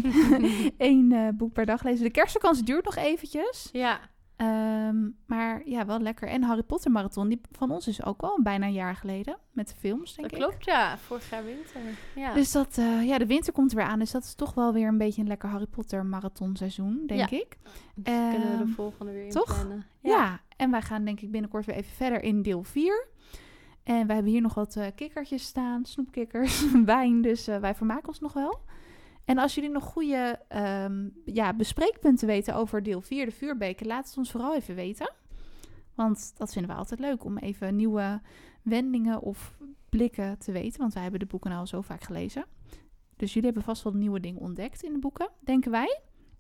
1 boek per dag lezen. De kerstvakantie duurt nog eventjes. Ja. Maar ja, wel lekker. En Harry Potter marathon, die van ons is ook al bijna een jaar geleden. Met de films, denk ik. Dat klopt, ja. Vorig jaar winter. Ja. Dus de winter komt er weer aan. Dus dat is toch wel weer een beetje een lekker Harry Potter marathon seizoen, denk ik. Dus kunnen we de volgende weer inplannen. Ja, en wij gaan denk ik binnenkort weer even verder in deel 4. En wij hebben hier nog wat kikkertjes staan, snoepkikkers, wijn. Dus wij vermaken ons nog wel. En als jullie nog goede bespreekpunten weten over deel 4, de vuurbeken, laat het ons vooral even weten. Want dat vinden we altijd leuk om even nieuwe wendingen of blikken te weten. Want wij hebben de boeken al zo vaak gelezen. Dus jullie hebben vast wel nieuwe dingen ontdekt in de boeken, denken wij.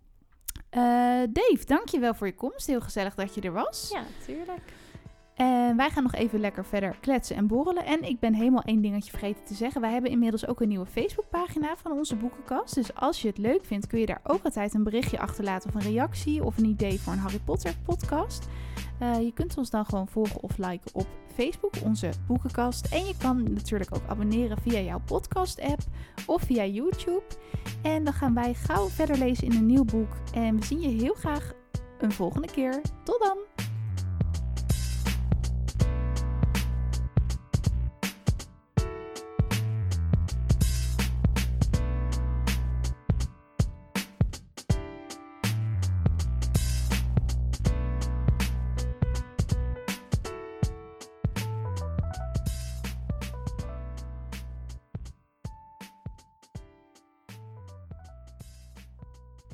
Dave, dank je wel voor je komst. Heel gezellig dat je er was. Ja, tuurlijk. En wij gaan nog even lekker verder kletsen en borrelen. En ik ben helemaal 1 dingetje vergeten te zeggen. Wij hebben inmiddels ook een nieuwe Facebookpagina van onze boekenkast. Dus als je het leuk vindt, kun je daar ook altijd een berichtje achterlaten of een reactie of een idee voor een Harry Potter podcast. Je kunt ons dan gewoon volgen of liken op Facebook, onze boekenkast. En je kan natuurlijk ook abonneren via jouw podcast app of via YouTube. En dan gaan wij gauw verder lezen in een nieuw boek. En we zien je heel graag een volgende keer. Tot dan!